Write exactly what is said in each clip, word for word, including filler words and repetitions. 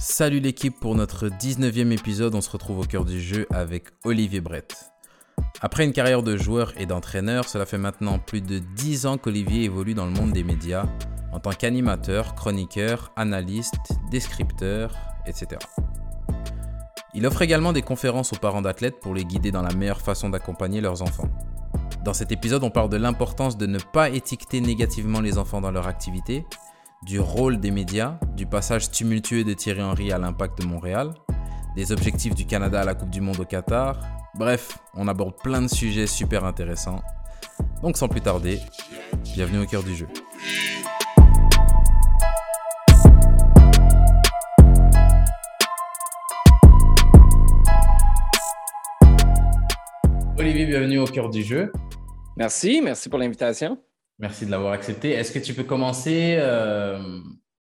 Salut l'équipe, pour notre dix-neuvième épisode, on se retrouve au cœur du jeu avec Olivier Brett. Après une carrière de joueur et d'entraîneur, cela fait maintenant plus de dix ans qu'Olivier évolue dans le monde des médias en tant qu'animateur, chroniqueur, analyste, descripteur, et cetera. Il offre également des conférences aux parents d'athlètes pour les guider dans la meilleure façon d'accompagner leurs enfants. Dans cet épisode, on parle de l'importance de ne pas étiqueter négativement les enfants dans leur activité, du rôle des médias, du passage tumultueux de Thierry Henry à l'Impact de Montréal, des objectifs du Canada à la Coupe du Monde au Qatar. Bref, on aborde plein de sujets super intéressants. Donc sans plus tarder, bienvenue au cœur du jeu. Olivier, bienvenue au cœur du jeu. Merci, merci pour l'invitation. Merci de l'avoir accepté. Est-ce que tu peux commencer euh,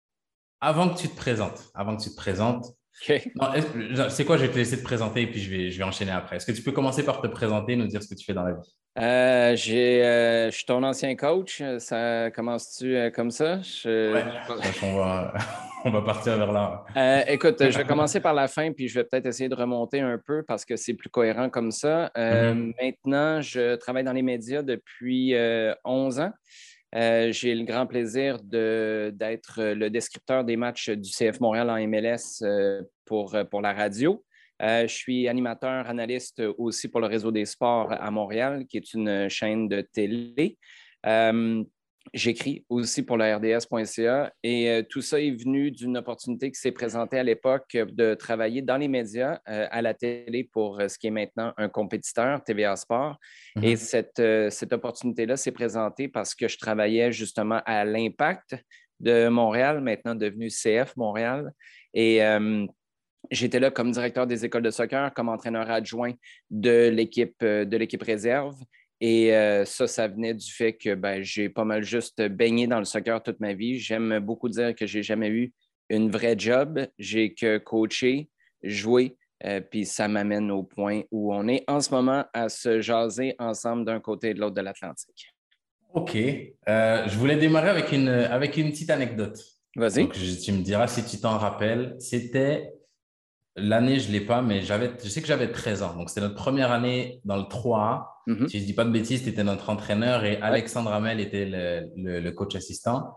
avant que tu te présentes? Avant que tu te présentes. OK. Non, est-ce- c'est quoi? Je vais te laisser te présenter et puis je vais, je vais enchaîner après. Est-ce que tu peux commencer par te présenter, nous dire ce que tu fais dans la vie? Euh, j'ai, euh, je suis ton ancien coach. Ça commence-tu euh, comme ça? Je- Ouais. Donc, on va, on va partir vers là. Euh, écoute, je vais commencer par la fin, puis je vais peut-être essayer de remonter un peu parce que c'est plus cohérent comme ça. Euh, Mhm. Maintenant, je travaille dans les médias depuis euh, onze ans. Euh, j'ai le grand plaisir de, d'être le descripteur des matchs du C F Montréal en M L S euh, pour, pour la radio. Euh, je suis animateur, analyste aussi pour le Réseau des sports à Montréal, qui est une chaîne de télé. Euh, J'écris aussi pour le R D S point C A et euh, tout ça est venu d'une opportunité qui s'est présentée à l'époque de travailler dans les médias euh, à la télé pour euh, ce qui est maintenant un compétiteur, T V A Sport. Et Mhm. cette, euh, cette opportunité-là s'est présentée parce que je travaillais justement à l'Impact de Montréal, maintenant devenu C F Montréal. Et euh, j'étais là comme directeur des écoles de soccer, comme entraîneur adjoint de l'équipe, euh, de l'équipe réserve. Et euh, ça, ça venait du fait que ben, j'ai pas mal juste baigné dans le soccer toute ma vie. J'aime beaucoup dire que j'ai jamais eu une vraie job. J'ai que coaché, joué, euh, puis ça m'amène au point où on est en ce moment à se jaser ensemble d'un côté et de l'autre de l'Atlantique. Ok. Euh, je voulais démarrer avec une, avec une petite anecdote. Donc, Vas-y. je- tu me diras si tu t'en rappelles. C'était l'année, je ne l'ai pas, mais j'avais, je sais que j'avais treize ans. Donc, c'était notre première année dans le trois A. Mhm. Si je ne dis pas de bêtises, tu étais notre entraîneur et Ouais. Alexandre Hamel était le, le- le coach assistant.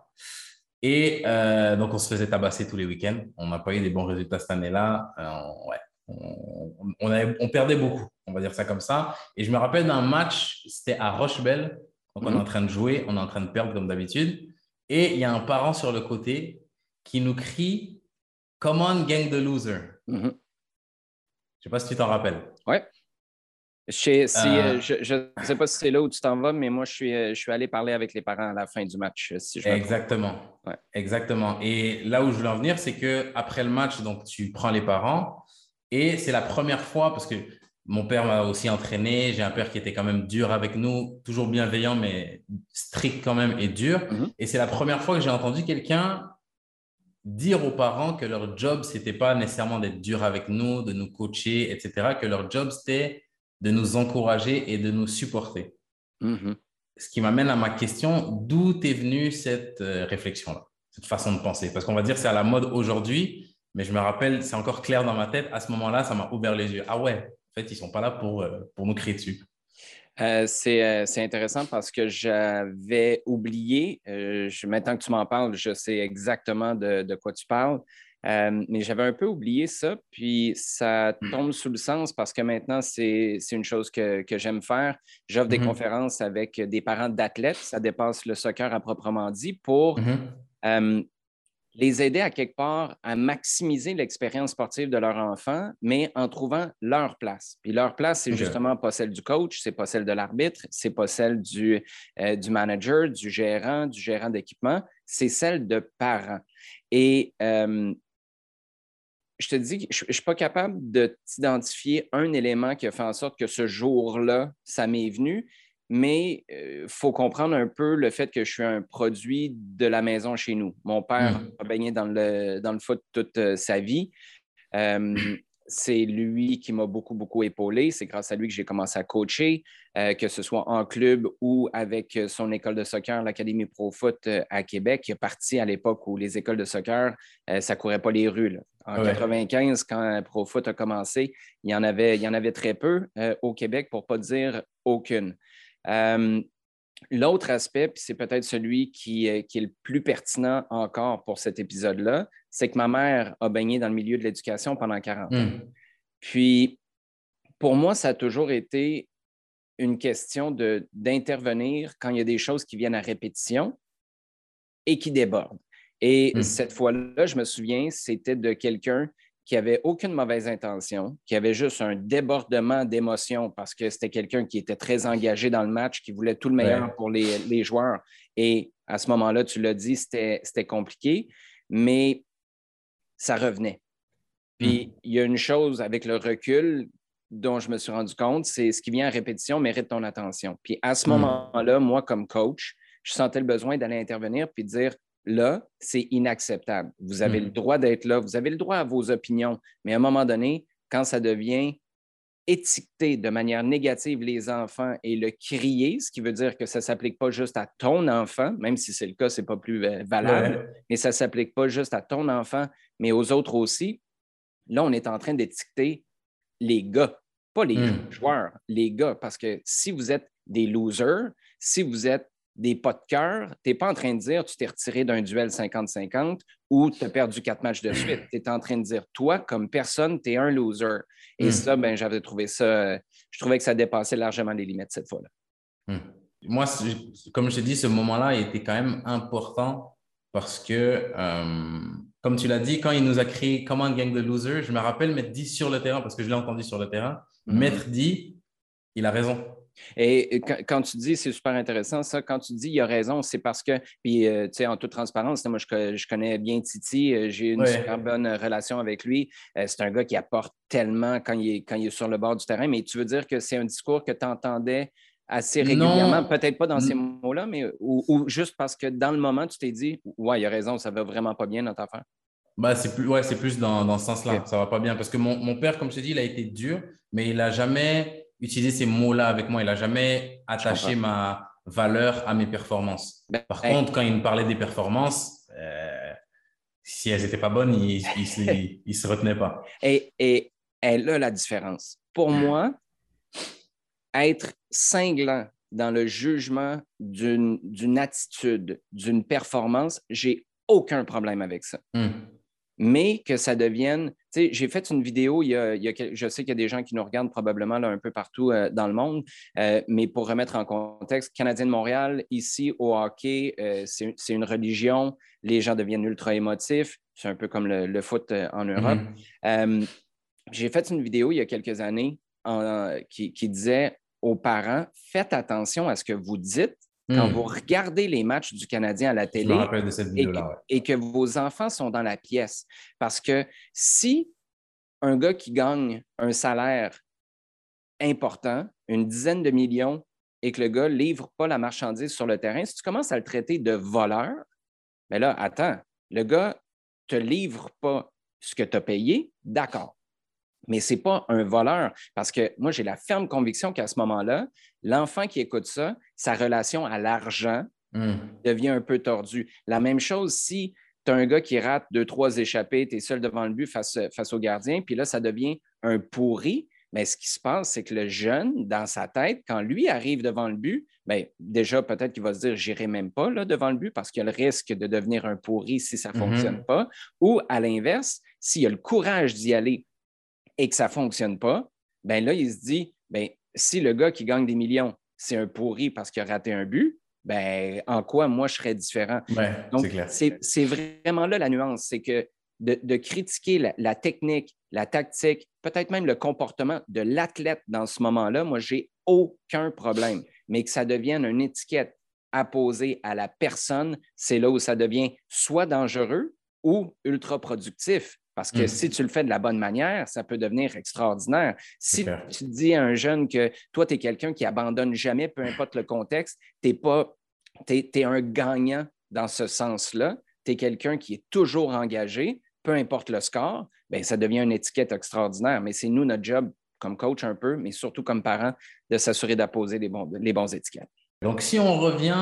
Et euh, donc, on se faisait tabasser tous les week-ends. On n'a pas eu des bons résultats cette année-là. Euh, on- ouais, on, on avait- on perdait beaucoup, on va dire ça comme ça. Et je me rappelle d'un match, c'était à Rochebelle. Donc, on est en Mhm. train de jouer, on est en train de perdre comme d'habitude. Et il y a un parent sur le côté qui nous crie Come on, gang de losers. Mhm. Je sais pas si tu t'en rappelles. Ouais. Je sais, si, Euh, euh, je ne sais pas si c'est là où tu t'en vas, mais moi, je suis, euh, je suis allé parler avec les parents à la fin du match, euh, si je me trompe pas. exactement. Ouais. Exactement. Et là où je voulais en venir, c'est que après le match, donc tu prends les parents et c'est la première fois parce que mon père m'a aussi entraîné. J'ai un père qui était quand même dur avec nous, toujours bienveillant, mais strict quand même et dur. Mhm. Et c'est la première fois que j'ai entendu quelqu'un dire aux parents que leur job, c'était pas nécessairement d'être dur avec nous, de nous coacher, et cetera, que leur job, c'était de nous encourager et de nous supporter. Mhm. Ce qui m'amène à ma question, d'où est venue cette euh, réflexion-là, cette façon de penser? Parce qu'on va dire que c'est à la mode aujourd'hui, mais je me rappelle, c'est encore clair dans ma tête, à ce moment-là, ça m'a ouvert les yeux. Ah ouais, en fait, ils sont pas là pour, euh, pour nous crier dessus. Euh, c'est, euh, c'est intéressant parce que j'avais oublié, euh, je, maintenant que tu m'en parles, je sais exactement de, de quoi tu parles, euh, mais j'avais un peu oublié ça, puis ça tombe sous le sens parce que maintenant, c'est, c'est une chose que, que j'aime faire. J'offre des Mhm, conférences avec des parents d'athlètes, ça dépasse le soccer à proprement dit, pour mhm, euh, les aider à quelque part à maximiser l'expérience sportive de leur enfant, mais en trouvant leur place. Puis leur place, c'est ok. justement pas celle du coach, c'est pas celle de l'arbitre, c'est pas celle du, euh, du manager, du gérant, du gérant d'équipement, c'est celle de parents. Et euh, je te dis que je ne suis pas capable de t'identifier un élément qui a fait en sorte que ce jour-là, ça m'est venu, mais il euh, faut comprendre un peu le fait que je suis un produit de la maison chez nous. Mon père Mhm, a baigné dans le, dans le foot toute euh, sa vie. Euh, c'est lui qui m'a beaucoup, beaucoup épaulé. C'est grâce à lui que j'ai commencé à coacher, euh, que ce soit en club ou avec son école de soccer, l'Académie Pro Foot euh, à Québec, qui est parti à l'époque où les écoles de soccer, euh, ça ne courait pas les rues, là. En ouais. quatre-vingt-quinze, quand Pro Foot a commencé, il y en avait, il y en avait très peu euh, au Québec, pour ne pas dire aucune. Euh, L'autre aspect, puis c'est peut-être celui qui, euh, qui est le plus pertinent encore pour cet épisode-là, c'est que ma mère a baigné dans le milieu de l'éducation pendant quarante ans. Mm. Puis, pour moi, ça a toujours été une question de, d'intervenir quand il y a des choses qui viennent à répétition et qui débordent. Et mm. cette fois-là, je me souviens, c'était de quelqu'un qui n'avait aucune mauvaise intention, qui avait juste un débordement d'émotions parce que c'était quelqu'un qui était très engagé dans le match, qui voulait tout le meilleur ouais. pour les, les joueurs. Et à ce moment-là, tu l'as dit, c'était, c'était compliqué, mais ça revenait. Puis, mm. il y a une chose avec le recul dont je me suis rendu compte, c'est ce qui vient à répétition mérite ton attention. Puis à ce mm. moment-là, moi, comme coach, je sentais le besoin d'aller intervenir puis de dire, là, c'est inacceptable. Vous avez mmh. le droit d'être là, vous avez le droit à vos opinions, mais à un moment donné, quand ça devient étiqueter de manière négative les enfants et le crier, ce qui veut dire que ça ne s'applique pas juste à ton enfant, même si c'est le cas, ce n'est pas plus valable, ouais. mais ça ne s'applique pas juste à ton enfant, mais aux autres aussi. Là, on est en train d'étiqueter les gars, pas les mmh. joueurs, les gars, parce que si vous êtes des losers, si vous êtes des pas de cœur, tu n'es pas en train de dire tu t'es retiré d'un duel cinquante cinquante ou tu as perdu quatre matchs de suite. Tu es en train de dire toi, comme personne, tu es un loser. Et mm. ça, ben, j'avais trouvé ça, je trouvais que ça dépassait largement les limites cette fois-là. Mm. Moi, comme je te dis, ce moment-là était quand même important parce que, euh, comme tu l'as dit, quand il nous a créé Comment Gang de Losers, je me rappelle Maître dit sur le terrain, parce que je l'ai entendu sur le terrain, mm. Maître dit, il a raison. Et quand tu dis, c'est super intéressant, ça, quand tu dis il a raison, c'est parce que, puis euh, tu sais, en toute transparence, moi, je, je connais bien Titi, euh, j'ai une ouais. super bonne relation avec lui. Euh, c'est un gars qui apporte tellement quand il, est, quand il est sur le bord du terrain, mais tu veux dire que c'est un discours que tu entendais assez régulièrement, non. peut-être pas dans ces mots-là, mais ou, ou juste parce que dans le moment, tu t'es dit, ouais, il a raison, ça va vraiment pas bien notre affaire. Bah, c'est plus, ouais, c'est plus dans, dans ce sens-là, okay. ça va pas bien. Parce que mon, mon père, comme je t'ai dit, il a été dur, mais il n'a jamais utiliser ces mots-là avec moi. Il n'a jamais attaché ma valeur à mes performances. Ben, Par hey. contre, quand il me parlait des performances, euh, si elles n'étaient pas bonnes, il ne se retenait pas. Et, et elle a la différence. Pour moi, être cinglant dans le jugement d'une, d'une attitude, d'une performance, j'ai aucun problème avec ça. Mm. Mais que ça devienne... Tu sais, j'ai fait une vidéo, il y a, il y a, je sais qu'il y a des gens qui nous regardent probablement là, un peu partout euh, dans le monde, euh, mais pour remettre en contexte, Canadien de Montréal, ici au hockey, euh, c'est, c'est une religion, les gens deviennent ultra émotifs, c'est un peu comme le, le foot euh, en Europe. Mm-hmm. Euh, j'ai fait une vidéo il y a quelques années en, qui, qui disait aux parents, faites attention à ce que vous dites quand mmh. vous regardez les matchs du Canadien à la télé. Je me rappelle de cette vidéo-là, ouais. et, que, et que vos enfants sont dans la pièce. Parce que si un gars qui gagne un salaire important, une dizaine de millions, et que le gars ne livre pas la marchandise sur le terrain, si tu commences à le traiter de voleur, bien là, attends, le gars ne te livre pas ce que tu as payé, d'accord. Mais ce n'est pas un voleur, parce que moi, j'ai la ferme conviction qu'à ce moment-là, l'enfant qui écoute ça, sa relation à l'argent mm. devient un peu tordue. La même chose si tu as un gars qui rate deux, trois échappées, tu es seul devant le but face, face au gardien, puis là, ça devient un pourri. Mais ce qui se passe, c'est que le jeune, dans sa tête, quand lui arrive devant le but, bien, déjà, peut-être qu'il va se dire « j'irai même pas là, devant le but » parce qu'il y a le risque de devenir un pourri si ça ne mm-hmm. fonctionne pas. Ou, à l'inverse, s'il a le courage d'y aller et que ça ne fonctionne pas, bien là, il se dit, bien, si le gars qui gagne des millions, c'est un pourri parce qu'il a raté un but, bien, en quoi moi je serais différent? Ouais, donc, c'est clair. C'est, c'est vraiment là la nuance, c'est que de, de critiquer la, la technique, la tactique, peut-être même le comportement de l'athlète dans ce moment-là, moi, j'ai aucun problème. Mais que ça devienne une étiquette apposée à la personne, c'est là où ça devient soit dangereux ou ultra productif. Parce que mmh. si tu le fais de la bonne manière, ça peut devenir extraordinaire. Si tu dis à un jeune que toi, tu es quelqu'un qui abandonne jamais, peu importe le contexte, tu es pas, t'es, t'es un gagnant dans ce sens-là, tu es quelqu'un qui est toujours engagé, peu importe le score, bien, ça devient une étiquette extraordinaire. Mais c'est nous, notre job comme coach un peu, mais surtout comme parent, de s'assurer d'apposer les bons, les bons étiquettes. Donc, si on revient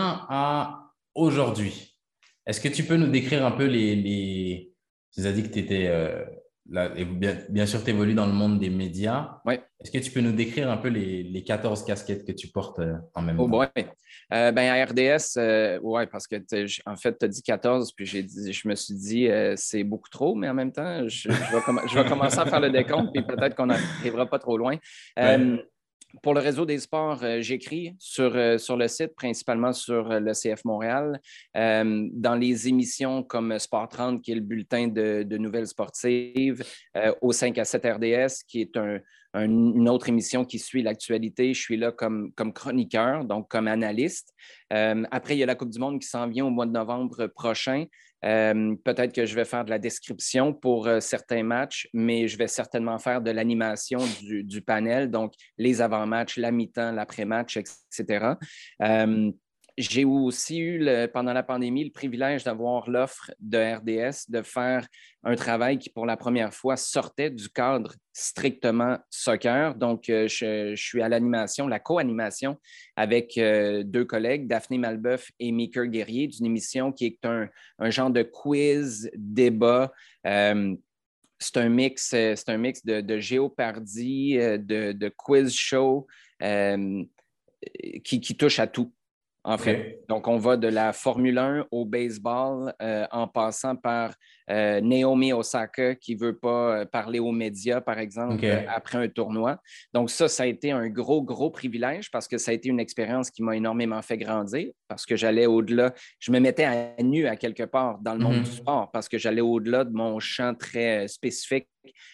à aujourd'hui, est-ce que tu peux nous décrire un peu les… les… Tu nous as dit que tu étais… Euh, là, et bien, bien sûr, tu évolues dans le monde des médias. Oui. Est-ce que tu peux nous décrire un peu les, les quatorze casquettes que tu portes euh, en même Oh, temps? Oui. Euh, ben, à R D S, euh, oui, parce que en fait, tu as dit quatorze, puis j'ai dit, je me suis dit, euh, c'est beaucoup trop, mais en même temps, je, je, vais, comm- je vais commencer à faire le décompte, puis peut-être qu'on n'arrivera pas trop loin. Euh, Ouais. Pour le réseau des sports, euh, j'écris sur, euh, sur le site, principalement sur euh, le C F Montréal, euh, dans les émissions comme Sport trente, qui est le bulletin de, de nouvelles sportives, euh, au cinq à sept R D S, qui est un, un, une autre émission qui suit l'actualité. Je suis là comme, comme chroniqueur, donc comme analyste. Euh, après, il y a la Coupe du monde qui s'en vient au mois de novembre prochain. Euh, peut-être que je vais faire de la description pour euh, certains matchs, mais je vais certainement faire de l'animation du, du panel, donc les avant-matchs, la mi-temps, l'après-match, et cetera. Euh, j'ai aussi eu, le, pendant la pandémie, le privilège d'avoir l'offre de R D S de faire un travail qui, pour la première fois, sortait du cadre strictement soccer. Donc, euh, je, je suis à l'animation, la co-animation avec euh, deux collègues, Daphné Malbeuf et Maker Guerrier, d'une émission qui est un, un genre de quiz, débat. Euh, c'est un mix, c'est un mix de, de géopardie, de, de quiz show euh, qui, qui touche à tout, en OK. fait. Donc, on va de la Formule un au baseball euh, en passant par euh, Naomi Osaka qui ne veut pas parler aux médias, par exemple, OK. euh, après un tournoi. Donc, ça, ça a été un gros, gros privilège parce que ça a été une expérience qui m'a énormément fait grandir parce que j'allais au-delà. Je me mettais à nu à quelque part dans le monde Mhm. du sport parce que j'allais au-delà de mon champ très spécifique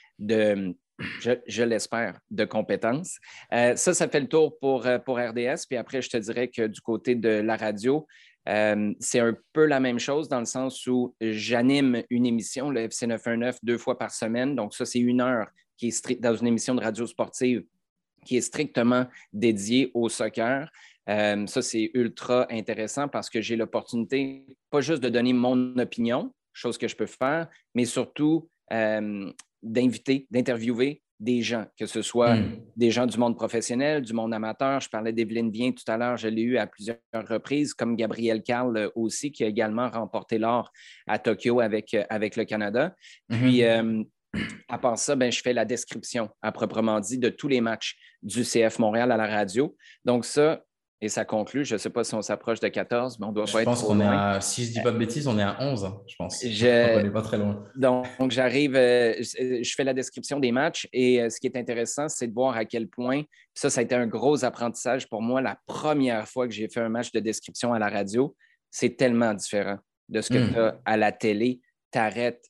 de je, je l'espère, de compétences. Euh, ça, ça fait le tour pour, pour R D S. Puis après, je te dirais que du côté de la radio, euh, c'est un peu la même chose dans le sens où j'anime une émission, le F C neuf cent dix-neuf, deux fois par semaine. Donc, ça, c'est une heure qui est strict, dans une émission de radio sportive qui est strictement dédiée au soccer. Euh, ça, c'est ultra intéressant parce que j'ai l'opportunité, pas juste de donner mon opinion, chose que je peux faire, mais surtout euh, d'inviter, d'interviewer des gens, que ce soit Mm. des gens du monde professionnel, du monde amateur. Je parlais d'Evelyne Vien tout à l'heure, je l'ai eu à plusieurs reprises, comme Gabriel Carl aussi, qui a également remporté l'or à Tokyo avec, avec le Canada. Puis, Mhm. euh, à part ça, ben, je fais la description, à proprement dit, de tous les matchs du C F Montréal à la radio. Donc ça, et ça conclut, je ne sais pas si on s'approche de quatorze, mais on ne doit Je pas être pense trop qu'on est loin. à, si je dis pas de bêtises, on est à onze, je pense. Donc, on Je, n'est pas très loin. donc, j'arrive, euh, je fais la description des matchs et euh, ce qui est intéressant, c'est de voir à quel point, ça, ça a été un gros apprentissage pour moi la première fois que j'ai fait un match de description à la radio. C'est tellement différent de ce que tu Mm. as à la télé. Tu n'arrêtes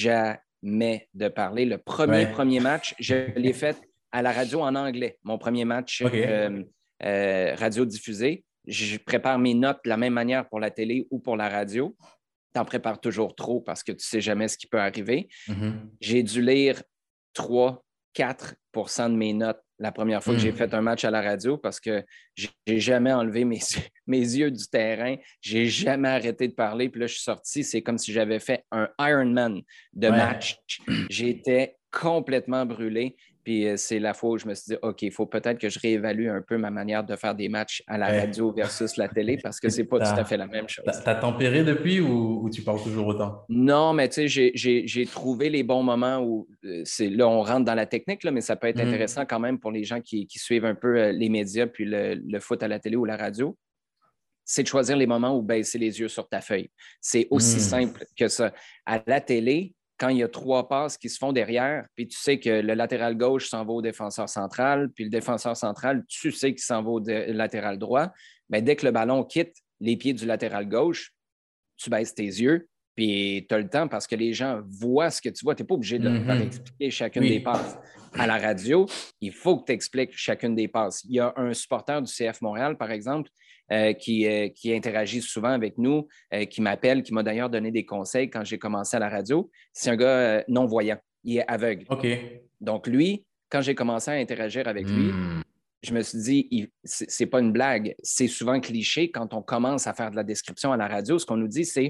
jamais de parler. Le premier, Ouais. premier match, je l'ai fait à la radio en anglais. Mon premier match OK. euh, euh, radio diffusé. Je prépare mes notes de la même manière pour la télé ou pour la radio. Tu en prépares toujours trop parce que tu ne sais jamais ce qui peut arriver. Mhm. J'ai dû lire trois, quatre pour cent de mes notes la première fois que j'ai fait Mm. un match à la radio parce que j'ai jamais enlevé mes, mes yeux du terrain. J'ai jamais arrêté de parler. Puis là, je suis sorti. C'est comme si j'avais fait un Ironman de Ouais. match. J'étais complètement brûlé. Puis euh, c'est la fois où je me suis dit, OK, il faut peut-être que je réévalue un peu ma manière de faire des matchs à la Ouais. radio versus la télé parce que c'est pas tout à fait T'as, la même chose. t'as, t'as tempéré depuis ou, ou tu parles toujours autant? Non, mais tu sais, j'ai, j'ai, j'ai trouvé les bons moments où euh, c'est, là, on rentre dans la technique, là, mais ça peut être Mhm. intéressant quand même pour les gens qui, qui suivent un peu euh, les médias puis le, le foot à la télé ou la radio. C'est de choisir les moments où baisser les yeux sur ta feuille. C'est aussi Mm. simple que ça. À la télé, quand il y a trois passes qui se font derrière, puis tu sais que le latéral gauche s'en va au défenseur central, puis le défenseur central, tu sais qu'il s'en va au dé- latéral droit, bien, dès que le ballon quitte les pieds du latéral gauche, tu baisses tes yeux, puis tu as le temps parce que les gens voient ce que tu vois. Tu n'es pas obligé de leur Mhm. expliquer chacune des Oui. passes. À la radio, il faut que tu expliques chacune des passes. Il y a un supporter du C F Montréal, par exemple, euh, qui, euh, qui interagit souvent avec nous, euh, qui m'appelle, qui m'a d'ailleurs donné des conseils quand j'ai commencé à la radio. C'est un gars euh, non-voyant. Il est aveugle. OK. Donc, lui, quand j'ai commencé à interagir avec lui, Mm. je me suis dit, il, c'est, c'est pas une blague. C'est souvent cliché quand on commence à faire de la description à la radio. Ce qu'on nous dit, c'est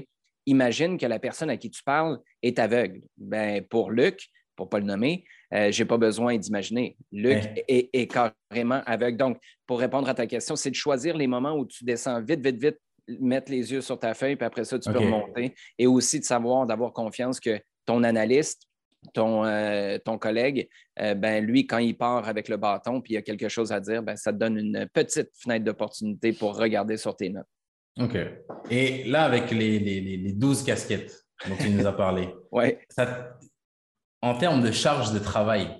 imagine que la personne à qui tu parles est aveugle. Ben, pour Luc, pour ne pas le nommer, euh, je n'ai pas besoin d'imaginer. Luc Ouais. est, est carrément aveugle. Donc, pour répondre à ta question, c'est de choisir les moments où tu descends vite, vite, vite, mettre les yeux sur ta feuille, puis après ça, tu peux OK. remonter. Et aussi de savoir, d'avoir confiance que ton analyste, ton, euh, ton collègue, euh, ben, lui, quand il part avec le bâton puis il y a quelque chose à dire, ben, ça te donne une petite fenêtre d'opportunité pour regarder sur tes notes. OK. Et là, avec les, les, les les douze casquettes dont tu nous as parlé, Ouais. ça, en termes de charge de travail,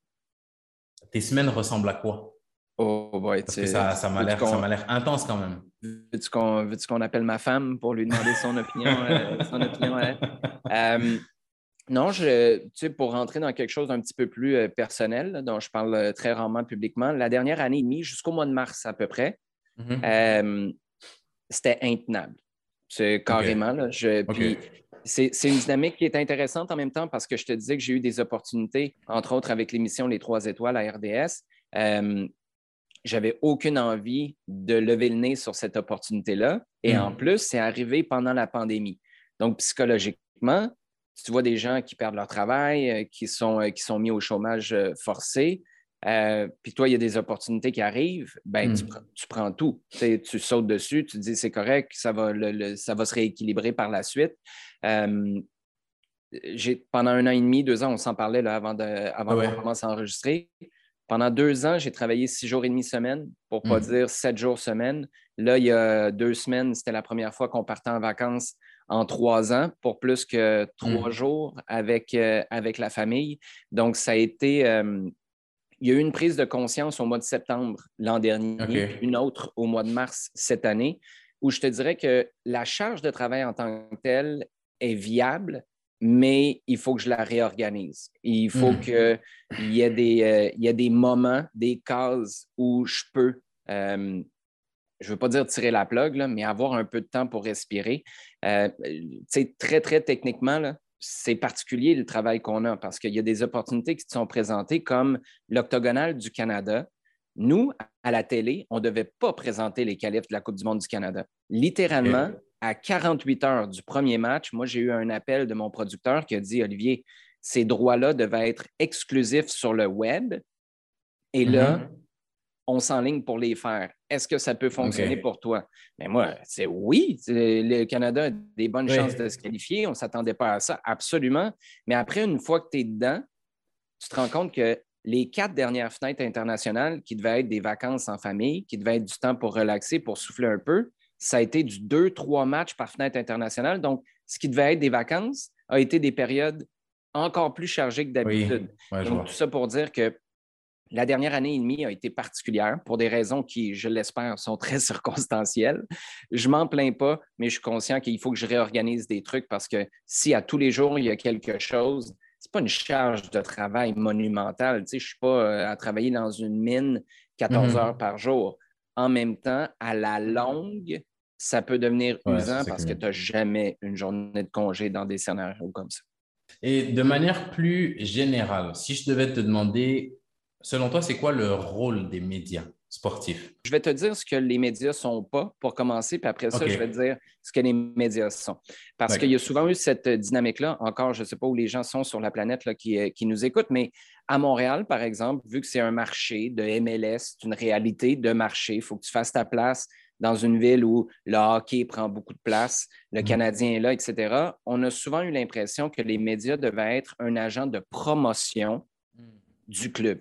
tes semaines ressemblent à quoi? Oh boy, Parce que tu, ça, ça m'a veux-tu l'air, ça qu'on, m'a l'air intense quand même. veux-tu qu'on, veux-tu qu'on appelle ma femme pour lui demander son opinion, euh, son opinion à elle? Euh, non, je, tu sais, pour rentrer dans quelque chose d'un petit peu plus euh, personnel, là, dont je parle euh, très rarement publiquement, la dernière année et demie, jusqu'au mois de mars à peu près, Mhm. euh, c'était intenable. C'est OK. carrément, là. Je, OK. puis c'est, c'est une dynamique qui est intéressante en même temps parce que je te disais que j'ai eu des opportunités, entre autres avec l'émission Les Trois Étoiles à R D S. Euh, J'avais aucune envie de lever le nez sur cette opportunité-là. Et en Hmm. plus, c'est arrivé pendant la pandémie. Donc, psychologiquement, tu vois des gens qui perdent leur travail, euh, qui sont, euh, qui sont mis au chômage euh, forcé. Euh, puis toi, il y a des opportunités qui arrivent, ben, tu, Hmm. pr- tu prends tout. Tu sais, tu sautes dessus, tu te dis c'est correct, ça va, le- le- ça va se rééquilibrer par la suite. Euh, j'ai, pendant un an et demi, deux ans, on s'en parlait là, avant, de, Ah avant qu'on ouais. commence à enregistrer. Pendant deux ans, j'ai travaillé six jours et demi semaine, pour ne pas Hmm. dire sept jours semaine. Là, il y a deux semaines, c'était la première fois qu'on partait en vacances en trois ans pour plus que trois Hmm. jours avec, euh, avec la famille. Donc, ça a été. Euh, il y a eu une prise de conscience au mois de septembre l'an dernier, puis OK. une autre au mois de mars cette année, où je te dirais que la charge de travail en tant que telle est viable, mais il faut que je la réorganise. Il faut Hmm. qu'il y ait des, euh, il y ait des moments, des cases où je peux, euh, je ne veux pas dire tirer la plug, là, mais avoir un peu de temps pour respirer. Euh, tu sais, très, très techniquement, là, c'est particulier le travail qu'on a parce qu'il y a des opportunités qui te sont présentées comme l'Octogonal du Canada. Nous, à la télé, on ne devait pas présenter les qualifs de la Coupe du monde du Canada. Littéralement, OK. à quarante-huit heures du premier match, moi, j'ai eu un appel de mon producteur qui a dit, Olivier, ces droits-là devaient être exclusifs sur le web. Et là, Mhm. on s'enligne pour les faire. Est-ce que ça peut fonctionner OK. pour toi? Mais moi, c'est oui. C'est- le Canada a des bonnes chances de Oui. se qualifier. On ne s'attendait pas à ça, absolument. Mais après, une fois que tu es dedans, tu te rends compte que les quatre dernières fenêtres internationales, qui devaient être des vacances en famille, qui devaient être du temps pour relaxer, pour souffler un peu, ça a été du deux, trois matchs par fenêtre internationale. Donc, ce qui devait être des vacances a été des périodes encore plus chargées que Oui. d'habitude. Ouais, je Donc, tout vois. ça pour dire que la dernière année et demie a été particulière pour des raisons qui, je l'espère, sont très circonstancielles. Je m'en plains pas, mais je suis conscient qu'il faut que je réorganise des trucs parce que si à tous les jours, il y a quelque chose, c'est pas une charge de travail monumentale. Tu sais, je suis pas euh, à travailler dans une mine quatorze heures Mhm. par jour. En même temps, à la longue, ça peut devenir Ouais, ça usant parce que tu s'accumule. n'as jamais une journée de congé dans des scénarios comme ça. Et de manière plus générale, si je devais te demander, selon toi, c'est quoi le rôle des médias sportifs? Je vais te dire ce que les médias ne sont pas pour commencer, puis après ça, je vais te OK. dire ce que les médias sont. Parce qu'il y a D'accord. souvent eu cette dynamique-là, encore, je ne sais pas où les gens sont sur la planète là, qui, euh, qui nous écoutent, mais à Montréal, par exemple, vu que c'est un marché de M L S, c'est une réalité de marché, il faut que tu fasses ta place dans une ville où le hockey prend beaucoup de place, le Mhm. Canadien est là, et cetera. On a souvent eu l'impression que les médias devaient être un agent de promotion du club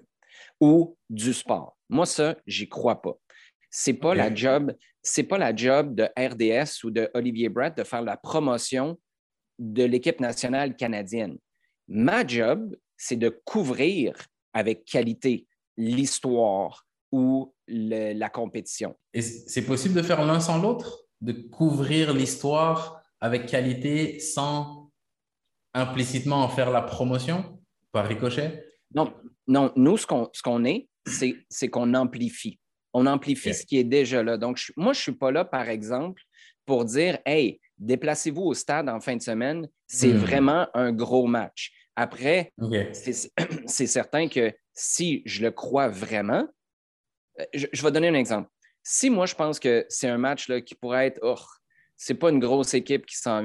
ou du sport. Moi, ça, j'y crois pas. C'est pas la OK. job, c'est pas la job de R D S ou de Olivier Brett de faire la promotion de l'équipe nationale canadienne. Ma job, c'est de couvrir avec qualité l'histoire ou le- la compétition. Et c'est possible de faire l'un sans l'autre? De couvrir l'histoire avec qualité sans implicitement en faire la promotion par ricochet? Non, non, nous, ce qu'on ce qu'on est, c'est c'est qu'on amplifie. On amplifie ce OK. qui est déjà là. Donc, je- moi, je ne suis pas là, par exemple, pour dire, hey, déplacez-vous au stade en fin de semaine, c'est Hmm. vraiment un gros match. Après, OK. c'est c'est certain que si je le crois vraiment, euh, je, je vais donner un exemple. Si moi, je pense que c'est un match là, qui pourrait être, oh, c'est pas une grosse équipe qui s'en vient,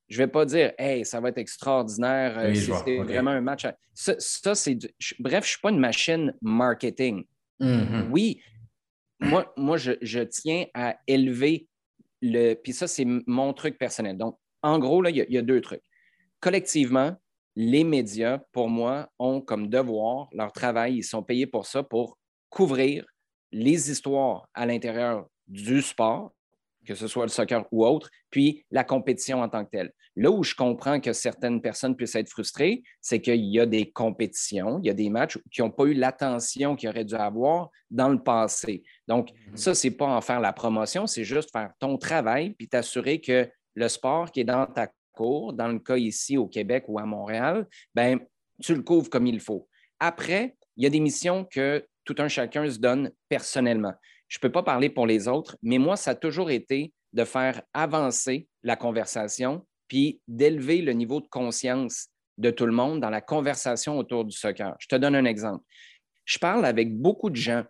Je ne vais pas dire « Hey, ça va être extraordinaire, oui, c'est, c'est okay. vraiment un match. À... » Ça, ça c'est du... Bref, je ne suis pas une machine marketing. Mm-hmm. Oui, moi, moi je, je tiens à élever le... Puis ça, c'est mon truc personnel. Donc, en gros, là, il y, y a deux trucs. Collectivement, les médias, pour moi, ont comme devoir leur travail. Ils sont payés pour ça, pour couvrir les histoires à l'intérieur du sport, que ce soit le soccer ou autre, puis la compétition en tant que telle. Là où je comprends que certaines personnes puissent être frustrées, c'est qu'il y a des compétitions, il y a des matchs qui n'ont pas eu l'attention qu'ils auraient dû avoir dans le passé. Donc, mm-hmm. ça, c'est pas en faire la promotion, c'est juste faire ton travail puis t'assurer que le sport qui est dans ta cour, dans le cas ici au Québec ou à Montréal, ben tu le couvres comme il faut. Après, il y a des missions que tout un chacun se donne personnellement. Je ne peux pas parler pour les autres, mais moi, ça a toujours été de faire avancer la conversation puis d'élever le niveau de conscience de tout le monde dans la conversation autour du soccer. Je te donne un exemple. Je parle avec beaucoup de gens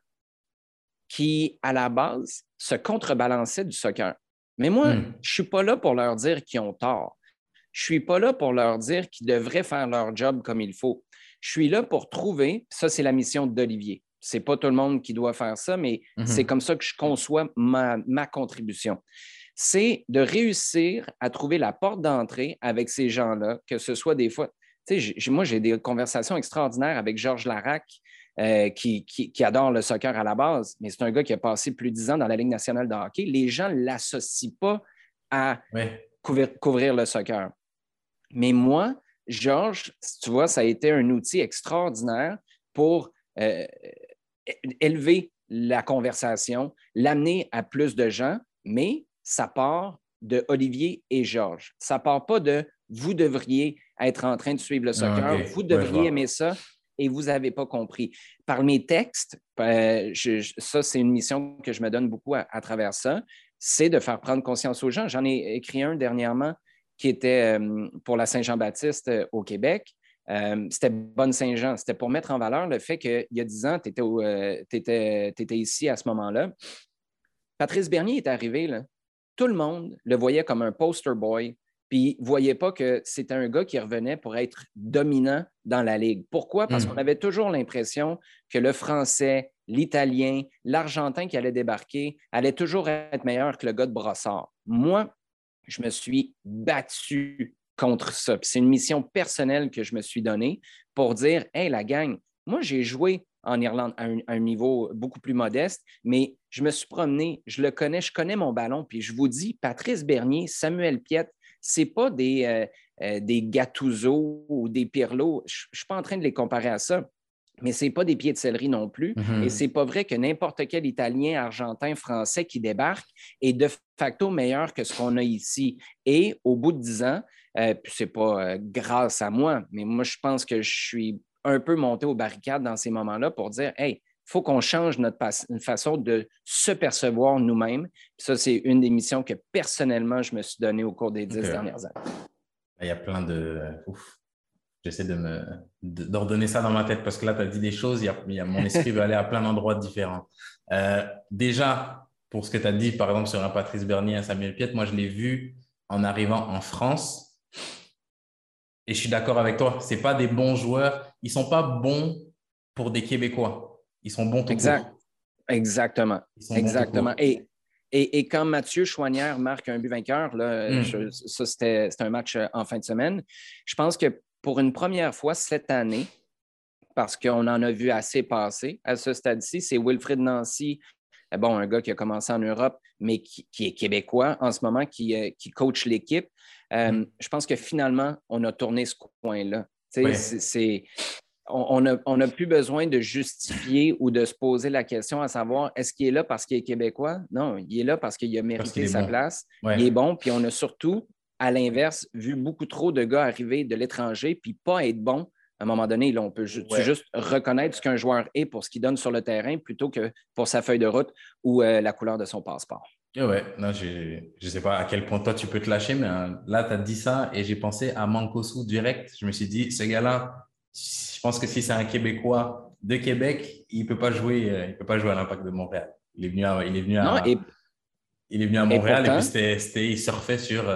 qui, à la base, se contrebalançaient du soccer. Mais moi, mm. je ne suis pas là pour leur dire qu'ils ont tort. Je ne suis pas là pour leur dire qu'ils devraient faire leur job comme il faut. Je suis là pour trouver, ça c'est la mission d'Olivier. Ce n'est pas tout le monde qui doit faire ça, mais mm-hmm. c'est comme ça que je conçois ma, ma contribution. C'est de réussir à trouver la porte d'entrée avec ces gens-là, que ce soit des fois... Tu sais, j'ai, moi, j'ai des conversations extraordinaires avec Georges Larac, euh, qui, qui, qui adore le soccer à la base, mais c'est un gars qui a passé plus de dix ans dans la Ligue nationale de hockey. Les gens ne l'associent pas à ouais. couvrir, couvrir le soccer. Mais moi, Georges, tu vois, ça a été un outil extraordinaire pour euh, élever la conversation, l'amener à plus de gens, mais ça part de Olivier et Georges. Ça ne part pas de « vous devriez être en train de suivre le soccer, ah, okay. vous devriez ouais, aimer ça et vous n'avez pas compris ». Par mes textes, euh, je, je, ça, c'est une mission que je me donne beaucoup à, à travers ça, c'est de faire prendre conscience aux gens. J'en ai écrit un dernièrement qui était euh, pour la Saint-Jean-Baptiste euh, au Québec. Euh, c'était Bonne-Saint-Jean. C'était pour mettre en valeur le fait qu'il y a dix ans, tu étais, euh, t'étais, t'étais ici à ce moment-là. Patrice Bernier est arrivé, là. Tout le monde le voyait comme un poster boy, puis ne voyait pas que c'était un gars qui revenait pour être dominant dans la Ligue. Pourquoi? Parce mmh. qu'on avait toujours l'impression que le Français, l'Italien, l'Argentin qui allait débarquer allait toujours être meilleur que le gars de Brossard. Moi, je me suis battu contre ça. Puis c'est une mission personnelle que je me suis donnée pour dire « Hey, la gang, moi, j'ai joué en Irlande à un, à un niveau beaucoup plus modeste, mais je me suis promené, je le connais, je connais mon ballon, puis je vous dis, Patrice Bernier, Samuel Piette, ce n'est pas des, euh, euh, des Gattuso ou des Pirlo. Je ne suis pas en train de les comparer à ça. Mais ce n'est pas des pieds de céleri non plus. Mm-hmm. Et ce n'est pas vrai que n'importe quel Italien, Argentin, Français qui débarque est de facto meilleur que ce qu'on a ici. Et au bout de dix ans, euh, puis ce n'est pas euh, grâce à moi, mais moi, je pense que je suis un peu monté aux barricades dans ces moments-là pour dire « Hey, il faut qu'on change notre pas- une façon de se percevoir nous-mêmes. » Ça, c'est une des missions que personnellement, je me suis donnée au cours des dix okay. dernières années. Il y a plein de... Ouf. J'essaie de me, de, d'ordonner ça dans ma tête parce que là, tu as dit des choses, il y a, il y a, mon esprit veut aller à plein d'endroits différents. Euh, déjà, pour ce que tu as dit, par exemple, sur un Patrice Bernier, un Samuel Piette, moi, je l'ai vu en arrivant en France et je suis d'accord avec toi. Ce n'est pas des bons joueurs. Ils ne sont pas bons pour des Québécois. Ils sont bons tout exact. court. Exactement. Exactement. Bons et, et, et quand Mathieu Chouanière marque un but vainqueur, là, mm. je, ça, c'était, c'était un match en fin de semaine, je pense que pour une première fois cette année, parce qu'on en a vu assez passer à ce stade-ci, c'est Wilfrid Nancy, bon, un gars qui a commencé en Europe, mais qui, qui est québécois en ce moment, qui, qui coach l'équipe. Euh, mm. Je pense que finalement, on a tourné ce coin-là. Ouais. C'est, c'est, on n'a on a plus besoin de justifier ou de se poser la question à savoir est-ce qu'il est là parce qu'il est québécois? Non, il est là parce qu'il a mérité qu'il sa bon. place. Ouais. Il est bon, puis on a surtout... à l'inverse, vu beaucoup trop de gars arriver de l'étranger puis pas être bon, à un moment donné, là, on peut ju- ouais. juste reconnaître ce qu'un joueur est pour ce qu'il donne sur le terrain plutôt que pour sa feuille de route ou euh, la couleur de son passeport. Et ouais, non, je ne sais pas à quel point toi tu peux te lâcher, mais hein, là, tu as dit ça et j'ai pensé à Mankosu direct. Je me suis dit, ce gars-là, je pense que si c'est un Québécois de Québec, il ne peut pas jouer, euh, il peut pas jouer à l'Impact de Montréal. Il est venu à, il est venu à, non, et, il est venu à Montréal et, pourtant, et puis c'était, c'était, il surfait sur... Euh,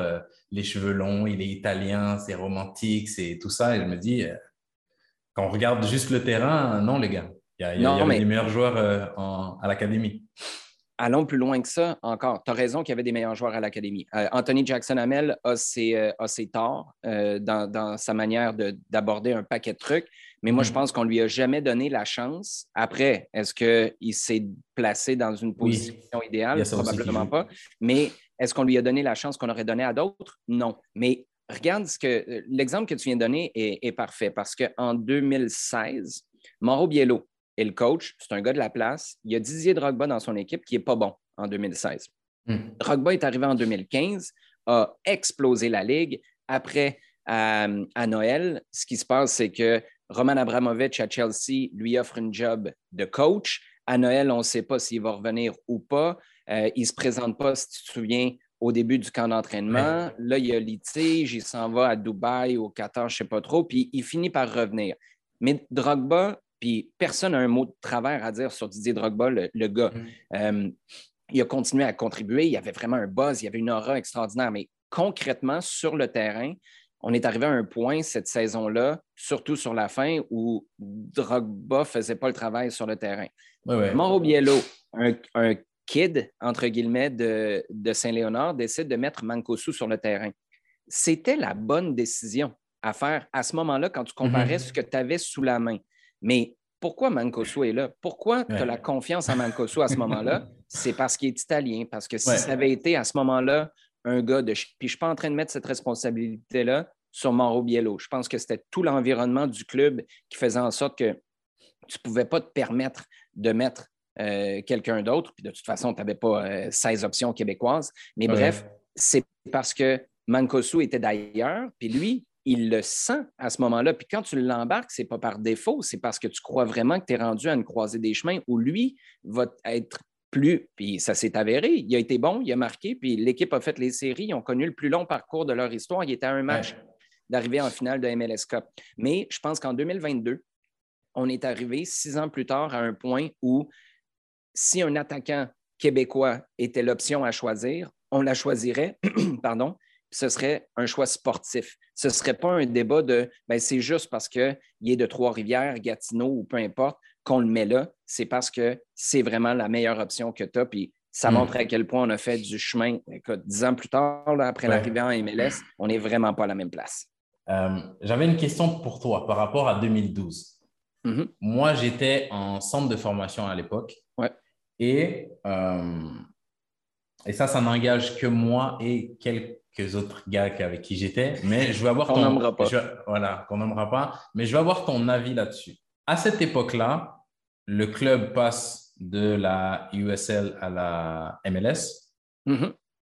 les cheveux longs, il est italien, c'est romantique, c'est tout ça. Et je me dis, euh, quand on regarde juste le terrain, non, les gars. Il y, a- il y a- il y Non, avait des mais meilleurs joueurs euh, en- à l'académie. allons plus loin que ça encore. Tu as raison qu'il y avait des meilleurs joueurs à l'Académie. Euh, Anthony Jackson-Hamel a ses, euh, a ses torts euh, dans, dans, sa manière de, d'aborder un paquet de trucs, mais moi, je Mhm. pense qu'on ne lui a jamais donné la chance. Après, est-ce qu'il s'est placé dans une position Oui, il y a idéale? ça aussi qui Probablement joue. pas. Mais est-ce qu'on lui a donné la chance qu'on aurait donnée à d'autres? Non. Mais regarde ce que l'exemple que tu viens de donner est, est parfait parce qu'en deux mille seize, Mauro Biello, et le coach, c'est un gars de la place. Il y a Didier Drogba dans son équipe qui n'est pas bon en deux mille seize. Mhm. Drogba est arrivé en deux mille quinze, a explosé la ligue. Après, à, à Noël, ce qui se passe, c'est que Roman Abramovich à Chelsea lui offre une job de coach. À Noël, on ne sait pas s'il va revenir ou pas. Euh, il ne se présente pas, si tu te souviens, au début du camp d'entraînement. Ouais. Là, il y a litige, il s'en va à Dubaï, au Qatar, je ne sais pas trop, puis il finit par revenir. Mais Drogba, puis personne n'a un mot de travers à dire sur Didier Drogba, le, le gars. Mhm. Euh, il a continué à contribuer, il y avait vraiment un buzz, il y avait une aura extraordinaire, mais concrètement, sur le terrain, on est arrivé à un point cette saison-là, surtout sur la fin, où Drogba ne faisait pas le travail sur le terrain. Ouais, ouais. Mauro Biello, un, un kid, entre guillemets, de, de Saint-Léonard, décide de mettre Mancosu sur le terrain. C'était la bonne décision à faire à ce moment-là quand tu comparais Mhm. ce que tu avais sous la main. Mais pourquoi Mancosu est là? Pourquoi tu as la Ouais. confiance en Mancosu à ce moment-là? C'est parce qu'il est italien. Parce que si ça Ouais. avait été à ce moment-là un gars de... Puis je ne suis pas en train de mettre cette responsabilité-là sur Mauro Biello. Je pense que c'était tout l'environnement du club qui faisait en sorte que tu ne pouvais pas te permettre de mettre euh, quelqu'un d'autre. Puis de toute façon, tu n'avais pas euh, seize options québécoises. Mais bref, Ouais. c'est parce que Mancosu était d'ailleurs, puis lui, il le sent à ce moment-là. Puis quand tu l'embarques, ce n'est pas par défaut, c'est parce que tu crois vraiment que tu es rendu à une croisée des chemins où lui va être plus, puis ça s'est avéré, il a été bon, il a marqué, puis l'équipe a fait les séries, ils ont connu le plus long parcours de leur histoire, il était à un match Ouais. d'arriver en finale de M L S Cup. Mais je pense qu'en deux mille vingt-deux, on est arrivé six ans plus tard à un point où si un attaquant québécois était l'option à choisir, on la choisirait, pardon, ce serait un choix sportif. Ce ne serait pas un débat de ben, c'est juste parce qu'il est de Trois-Rivières, Gatineau ou peu importe qu'on le met là. C'est parce que c'est vraiment la meilleure option que tu as. Puis ça montre à Mhm. quel point on a fait du chemin. Écoute, dix ans plus tard, là, après l'arrivée Ouais. en M L S, on n'est vraiment pas à la même place. Euh, j'avais une question pour toi par rapport à deux mille douze. Mm-hmm. Moi, j'étais en centre de formation à l'époque Ouais. et, euh, et ça, ça n'engage que moi et quelques autres gars avec qui j'étais. Mais je veux avoir On ton, nommera pas. je, voilà, qu'on nommera pas, mais je veux avoir ton avis là-dessus. À cette époque-là, le club passe de la U S L à la M L S. Mm-hmm.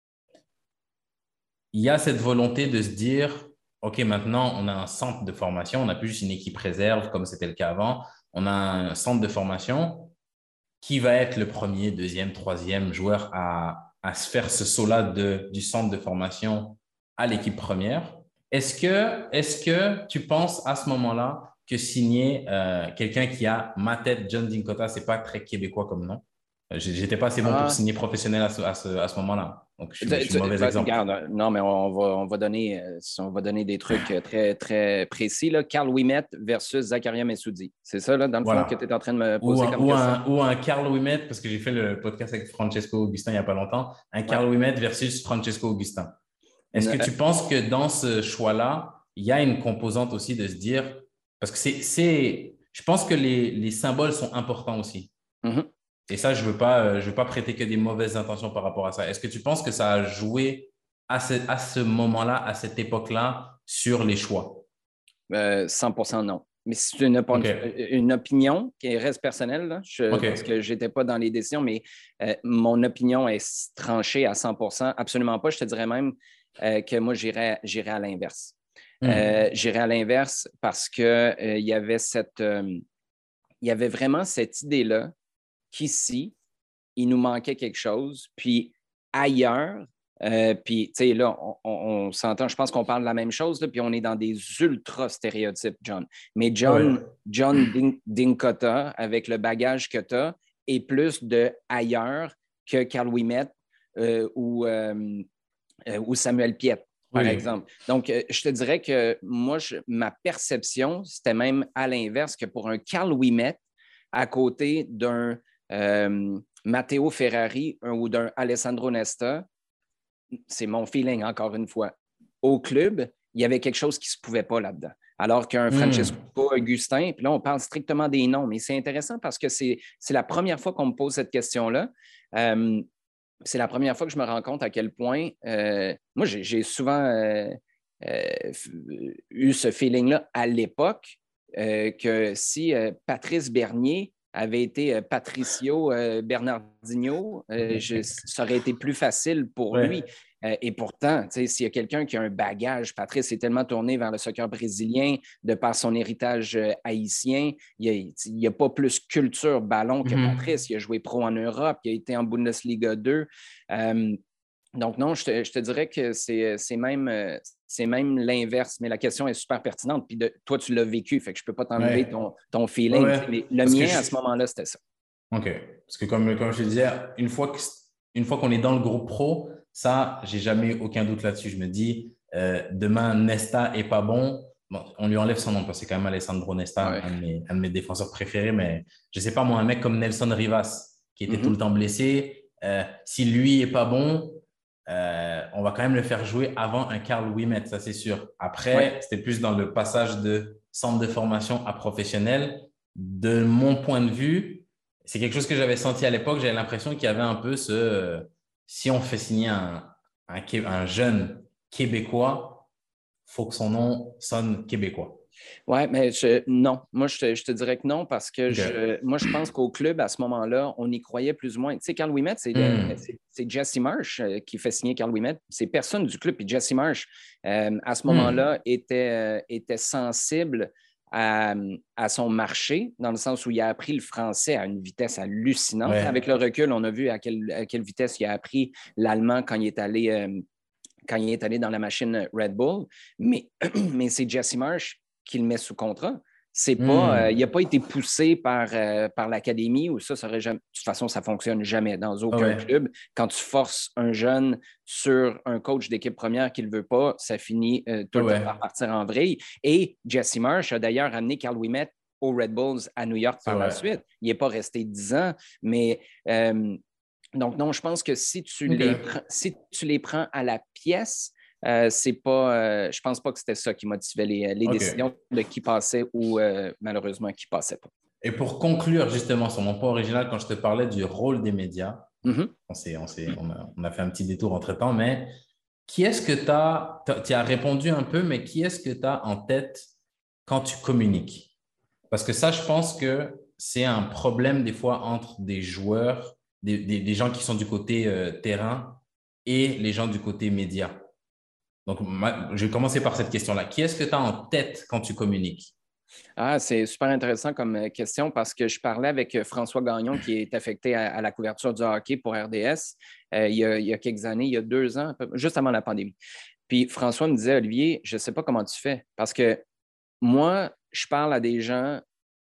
Il y a cette volonté de se dire, OK, maintenant, on a un centre de formation, on n'a plus juste une équipe réserve comme c'était le cas avant, on a un centre de formation. Qui va être le premier, deuxième, troisième joueur à, à se faire ce saut-là de, du centre de formation à l'équipe première? Est-ce que, est-ce que tu penses à ce moment-là que signer euh, quelqu'un qui a ma tête, John Dinkota, c'est pas très québécois comme nom? J'étais pas assez bon pour Ah, signer professionnel à ce, à ce, à ce moment-là. Donc, je suis, je Tu- suis tu- mauvais ben, exemple. regarde, non, mais on va, on va donner, euh, on va donner des trucs euh, très, très précis. Là. Carl Ouimet versus Zakaria Messoudi. C'est ça, là, dans le fond, que tu Voilà. es en train de me Ou poser un, comme ou question? un, ou un Carl Ouimet, parce que j'ai fait le podcast avec Francesco Augustin il n'y a pas longtemps, un Ouais. Carl Ouimet versus Francesco Augustin. Est-ce que Euh, tu penses que dans ce choix-là, il y a une composante aussi de se dire, parce que c'est, c'est, je pense que les, les symboles sont importants aussi. mhm. Et ça, je ne veux pas, je veux pas prêter que des mauvaises intentions par rapport à ça. Est-ce que tu penses que ça a joué à ce, à ce moment-là, à cette époque-là, sur les choix? Euh, cent pour cent non. Mais c'est une, OK. une opinion qui reste personnelle, là, je- OK. parce que je n'étais pas dans les décisions, mais euh, mon opinion est tranchée à cent pour cent. Absolument pas. Je te dirais même euh, que moi, j'irais j'irais à l'inverse. Euh, Hmm. j'irais à l'inverse parce qu'il euh, y avait cette, euh, il y avait vraiment cette idée-là qu'ici, il nous manquait quelque chose. Puis ailleurs, euh, puis, tu sais, là, on, on, on s'entend, je pense qu'on parle de la même chose, là, puis on est dans des ultra stéréotypes, John. Mais Ouais, ouais. John, John Din- Dinkota, avec le bagage que tu as, est plus de ailleurs que Carl Ouimet euh, ou, euh, euh, ou Samuel Piette. par Oui. exemple. Donc, euh, je te dirais que moi, je, ma perception, c'était même à l'inverse que pour un Carl Ouimet, à côté d'un euh, Matteo Ferrari un, ou d'un Alessandro Nesta, c'est mon feeling, encore une fois. Au club, il y avait quelque chose qui ne se pouvait pas là-dedans. Alors qu'un Francesco Mm. Augustin, puis là, on parle strictement des noms, mais c'est intéressant parce que c'est, c'est la première fois qu'on me pose cette question-là. Euh, c'est la première fois que je me rends compte à quel point, euh, moi, j'ai, j'ai souvent euh, euh, eu ce feeling-là à l'époque, euh, que si euh, Patrice Bernier avait été euh, Patricio euh, Bernardinho, euh, je, ça aurait été plus facile pour Ouais. lui. Euh, et pourtant, s'il y a quelqu'un qui a un bagage, Patrice est tellement tourné vers le soccer brésilien de par son héritage euh, haïtien. Il n'y a, a, pas plus culture ballon que Mm-hmm. Patrice. Il a joué pro en Europe, il a été en Bundesliga deux. Euh, donc, non, je te, je te dirais que c'est, c'est même, c'est même l'inverse, mais la question est super pertinente. Puis de, toi, tu l'as vécu, fait que je ne peux pas t'enlever Ouais. ton, ton Ouais, feeling. ouais. Mais le Parce que mien, je... à ce moment-là, c'était ça. OK. Parce que comme, comme je te disais, une fois que, une fois qu'on est dans le groupe pro, ça, j'ai jamais eu aucun doute là-dessus. Je me dis, euh, demain, Nesta est pas bon. Bon, on lui enlève son nom parce que c'est quand même Alessandro Nesta, Ouais. un de mes, un de mes défenseurs préférés. Mais je sais pas, moi, un mec comme Nelson Rivas, qui était Mm-hmm. tout le temps blessé, euh, si lui est pas bon, euh, on va quand même le faire jouer avant un Carl Ouimet, ça c'est sûr. Après, Ouais. c'était plus dans le passage de centre de formation à professionnel. De mon point de vue, c'est quelque chose que j'avais senti à l'époque. J'avais l'impression qu'il y avait un peu ce euh, si on fait signer un, un, un jeune Québécois, faut que son nom sonne québécois. Oui, mais je, non. Moi, je te, je te dirais que non parce que OK. je, moi, je pense qu'au club, à ce moment-là, on y croyait plus ou moins. Tu sais, Carl Ouimet, c'est, Hmm. c'est, c'est Jesse Marsh euh, qui fait signer Carl Ouimet. C'est personne du club. Puis Jesse Marsh, euh, à ce Hmm. moment-là, était, euh, était sensible à, à son marché, dans le sens où il a appris le français à une vitesse hallucinante. Ouais. Avec le recul, on a vu à quelle, à quelle vitesse il a appris l'allemand quand il est allé. Euh, quand il est allé dans la machine Red Bull, mais, mais c'est Jesse Marsh qui le met sous contrat. C'est pas, euh, il n'a Hmm. pas été poussé par, euh, par l'académie ou ça, ça aurait jamais, de toute façon, ça ne fonctionne jamais dans Ah aucun ouais. club. Quand tu forces un jeune sur un coach d'équipe première qu'il ne veut pas, ça finit euh, tout Ah le temps ouais. par partir en vrille. Et Jesse Marsh a d'ailleurs amené Carl Ouimet aux Red Bulls à New York C'est par la vrai. suite. Il n'est pas resté dix ans, mais euh, donc, non, je pense que si tu, OK. les, prends, si tu les prends à la pièce, euh, c'est pas, euh, je pense pas que c'était ça qui motivait les, les OK. décisions de qui passait ou euh, malheureusement qui passait pas. Et pour conclure justement sur mon point original, quand je te parlais du rôle des médias, Mm-hmm. on, s'est, on, s'est, on, a, on a fait un petit détour entre-temps, mais qui est-ce que tu as, tu as répondu un peu, mais qui est-ce que tu as en tête quand tu communiques? Parce que ça, je pense que c'est un problème des fois entre des joueurs, des, des, des gens qui sont du côté euh, terrain et les gens du côté média. Donc, ma, je vais commencer par cette question-là. Qui est-ce que tu as en tête quand tu communiques? Ah, c'est super intéressant comme question parce que je parlais avec François Gagnon qui est affecté à, à la couverture du hockey pour R D S euh, il, y a, il y a quelques années, il y a deux ans, juste avant la pandémie. Puis François me disait, Olivier, je ne sais pas comment tu fais parce que moi, je parle à des gens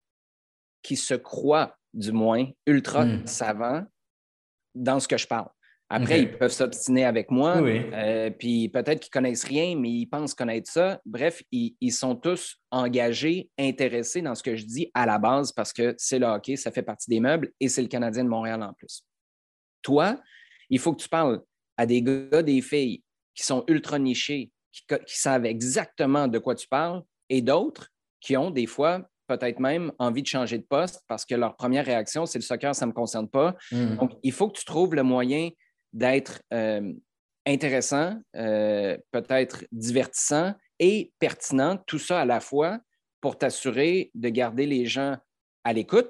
qui se croient, du moins, ultra Hmm. savants dans ce que je parle. Après, ils OK. peuvent s'obstiner avec Oui, moi, oui. euh, puis peut-être qu'ils ne connaissent rien, mais ils pensent connaître ça. Bref, ils, ils, sont tous engagés, intéressés dans ce que je dis à la base parce que c'est le hockey, ça fait partie des meubles et c'est le Canadien de Montréal en plus. Toi, il faut que tu parles à des gars, des filles qui sont ultra nichés, qui, qui savent exactement de quoi tu parles et d'autres qui ont des fois peut-être même envie de changer de poste parce que leur première réaction, c'est le soccer, ça ne me concerne pas. Hmm. Donc, il faut que tu trouves le moyen d'être euh, intéressant, euh, peut-être divertissant et pertinent, tout ça à la fois pour t'assurer de garder les gens à l'écoute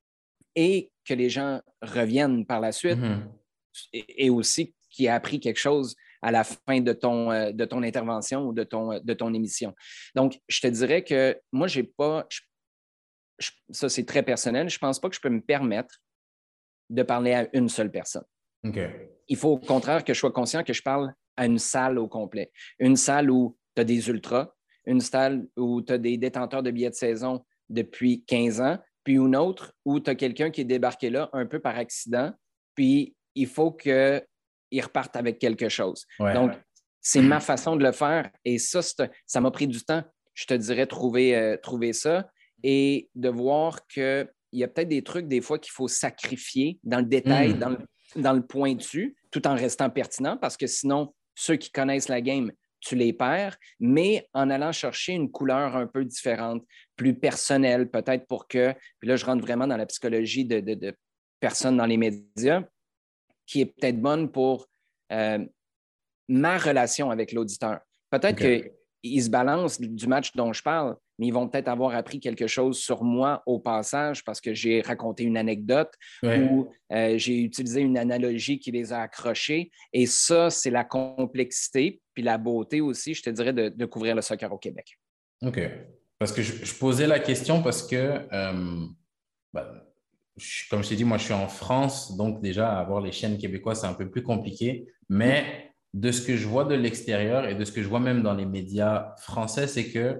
et que les gens reviennent par la suite Mm-hmm. et, et aussi qui a appris quelque chose à la fin de ton, euh, de ton intervention ou de ton, de ton émission. Donc, je te dirais que moi, j'ai pas, je, je, ça c'est très personnel, je ne pense pas que je peux me permettre de parler à une seule personne. Okay. Il faut au contraire que je sois conscient que je parle à une salle au complet. Une salle où tu as des ultras, une salle où tu as des détenteurs de billets de saison depuis quinze ans, puis une autre où tu as quelqu'un qui est débarqué là un peu par accident, puis il faut qu'il reparte avec quelque chose. Ouais. Donc, C'est ma façon de le faire. Et ça, ça m'a pris du temps, je te dirais, trouver, euh, trouver ça et de voir qu'il y a peut-être des trucs, des fois, qu'il faut sacrifier dans le détail, mm. dans, le, dans le pointu, tout en restant pertinent, parce que sinon, ceux qui connaissent la game, tu les perds, mais en allant chercher une couleur un peu différente, plus personnelle, peut-être pour que, puis là, je rentre vraiment dans la psychologie de, de, de personnes dans les médias, qui est peut-être bonne pour euh, ma relation avec l'auditeur. Peut-être okay. qu'ils se balancent du match dont je parle, mais ils vont peut-être avoir appris quelque chose sur moi au passage parce que j'ai raconté une anecdote ouais. ou euh, j'ai utilisé une analogie qui les a accrochés. Et ça, c'est la complexité puis la beauté aussi, je te dirais, de, de couvrir le soccer au Québec. OK. Parce que je, je posais la question parce que, euh, bah, je, comme je t'ai dit, moi, je suis en France, donc déjà, avoir les chaînes québécoises, c'est un peu plus compliqué. Mais de ce que je vois de l'extérieur et de ce que je vois même dans les médias français, c'est que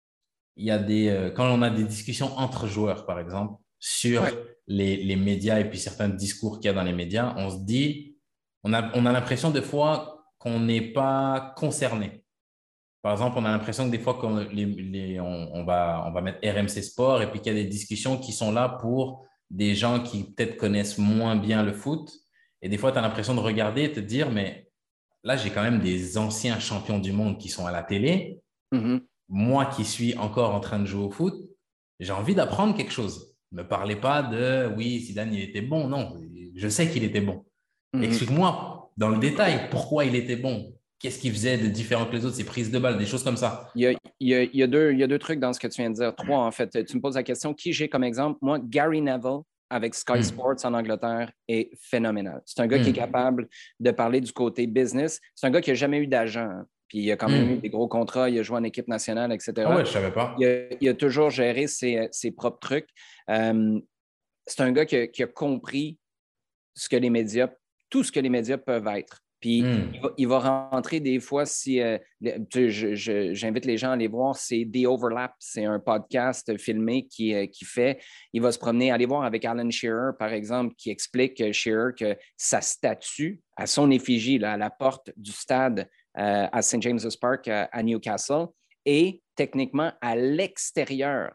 il y a des, euh, quand on a des discussions entre joueurs, par exemple, sur ouais. les, les médias et puis certains discours qu'il y a dans les médias, on se dit, on a, on a l'impression des fois qu'on n'est pas concerné. Par exemple, on a l'impression que des fois, qu'on, les, les, on, on, va, on va mettre R M C Sport et puis qu'il y a des discussions qui sont là pour des gens qui peut-être connaissent moins bien le foot. Et des fois, tu as l'impression de regarder et te dire, mais là, j'ai quand même des anciens champions du monde qui sont à la télé. Mm-hmm. Moi qui suis encore en train de jouer au foot, j'ai envie d'apprendre quelque chose. Ne me parlez pas de « oui, Zidane, il était bon ». Non, je sais qu'il était bon. Mm-hmm. Explique-moi dans le détail pourquoi il était bon. Qu'est-ce qu'il faisait de différent que les autres, ses prises de balles, des choses comme ça. Il y a, il y a, il y a deux, il y a deux trucs dans ce que tu viens de dire. Trois, en fait. Tu me poses la question, qui j'ai comme exemple? Moi, Gary Neville, avec Sky mm. Sports en Angleterre, est phénoménal. C'est un gars mm. qui est capable de parler du côté business. C'est un gars qui n'a jamais eu d'agent. Hein. Puis il a quand même mm. eu des gros contrats, il a joué en équipe nationale, et cetera. Ah ouais, je ne savais pas. Il a, il a toujours géré ses, ses propres trucs. Euh, c'est un gars qui a, qui a compris ce que les médias, tout ce que les médias peuvent être. Puis mm. il, va, il va rentrer des fois, si euh, je, je, j'invite les gens à aller voir, c'est The Overlap, c'est un podcast filmé qui, euh, qui fait, il va se promener, aller voir avec Alan Shearer, par exemple, qui explique euh, Shearer que sa statue à son effigie là, à la porte du stade euh, à Saint James's Park à, à Newcastle est techniquement à l'extérieur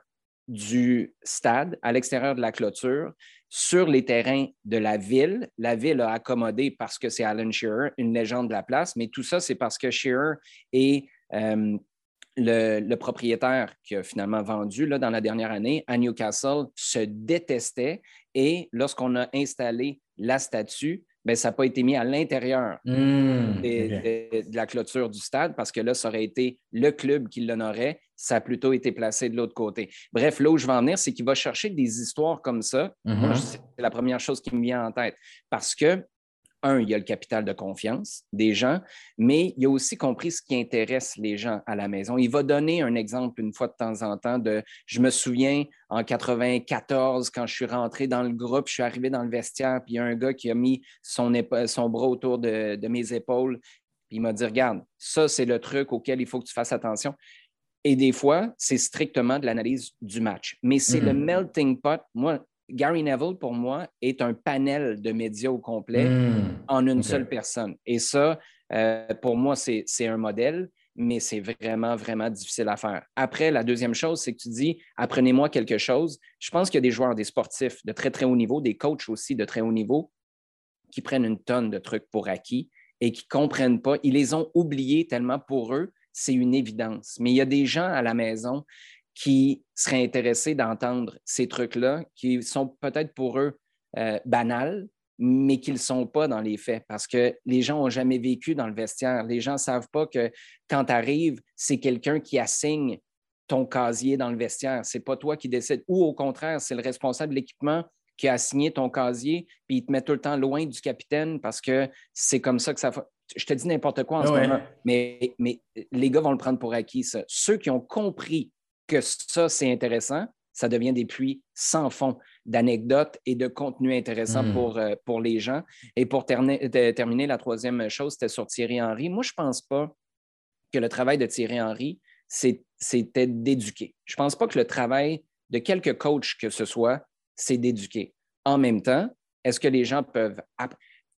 du stade, à l'extérieur de la clôture, sur les terrains de la ville. La ville a accommodé parce que c'est Alan Shearer, une légende de la place, mais tout ça, c'est parce que Shearer est euh, le, le propriétaire qui a finalement vendu là, dans la dernière année à Newcastle, se détestait et lorsqu'on a installé la statue, bien, ça n'a pas été mis à l'intérieur mmh, des, okay. de, de la clôture du stade parce que là, ça aurait été le club qui l'honorait. Ça a plutôt été placé de l'autre côté. Bref, là où je veux en venir, c'est qu'il va chercher des histoires comme ça. Mmh. Moi, c'est la première chose qui me vient en tête. Parce que, un, il y a le capital de confiance des gens, mais il a aussi compris ce qui intéresse les gens à la maison. Il va donner un exemple une fois de temps en temps de, je me souviens, en quatre-vingt-quatorze, quand je suis rentré dans le groupe, je suis arrivé dans le vestiaire, puis il y a un gars qui a mis son, épa- son bras autour de, de mes épaules, puis il m'a dit, regarde, ça, c'est le truc auquel il faut que tu fasses attention. Et des fois, c'est strictement de l'analyse du match. Mais c'est mm-hmm. le melting pot. Moi, Gary Neville, pour moi, est un panel de médias au complet mmh. en une okay. seule personne. Et ça, euh, pour moi, c'est, c'est un modèle, mais c'est vraiment, vraiment difficile à faire. Après, la deuxième chose, c'est que tu dis, apprenez-moi quelque chose. Je pense qu'il y a des joueurs, des sportifs de très, très haut niveau, des coachs aussi de très haut niveau, qui prennent une tonne de trucs pour acquis et qui ne comprennent pas. Ils les ont oubliés tellement pour eux, c'est une évidence. Mais il y a des gens à la maison qui seraient intéressés d'entendre ces trucs-là, qui sont peut-être pour eux euh, banals, mais qui ne le sont pas dans les faits, parce que les gens n'ont jamais vécu dans le vestiaire. Les gens ne savent pas que quand tu arrives, c'est quelqu'un qui assigne ton casier dans le vestiaire. Ce n'est pas toi qui décides. Ou au contraire, c'est le responsable de l'équipement qui a assigné ton casier, puis il te met tout le temps loin du capitaine parce que c'est comme ça que ça... Je te dis n'importe quoi en ah ce ouais. moment, mais, mais les gars vont le prendre pour acquis, ça. Ceux qui ont compris que ça, c'est intéressant, ça devient des puits sans fond d'anecdotes et de contenu intéressant mmh. pour, euh, pour les gens. Et pour terner, de, terminer, la troisième chose, c'était sur Thierry Henry. Moi, je ne pense pas que le travail de Thierry Henry, c'est, c'était d'éduquer. Je ne pense pas que le travail de quelque coach que ce soit, c'est d'éduquer. En même temps, est-ce que les gens peuvent... App-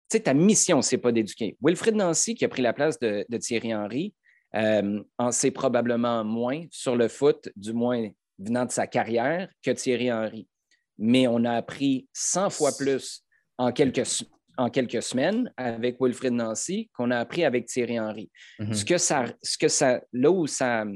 sais, ta mission, c'est pas d'éduquer. Wilfried Nancy, qui a pris la place de, de Thierry Henry, euh, en sait probablement moins sur le foot, du moins venant de sa carrière, que Thierry Henry. Mais on a appris cent fois plus en quelques, en quelques semaines avec Wilfried Nancy qu'on a appris avec Thierry Henry. Mm-hmm. Ce que ça, ce que ça, là où ça,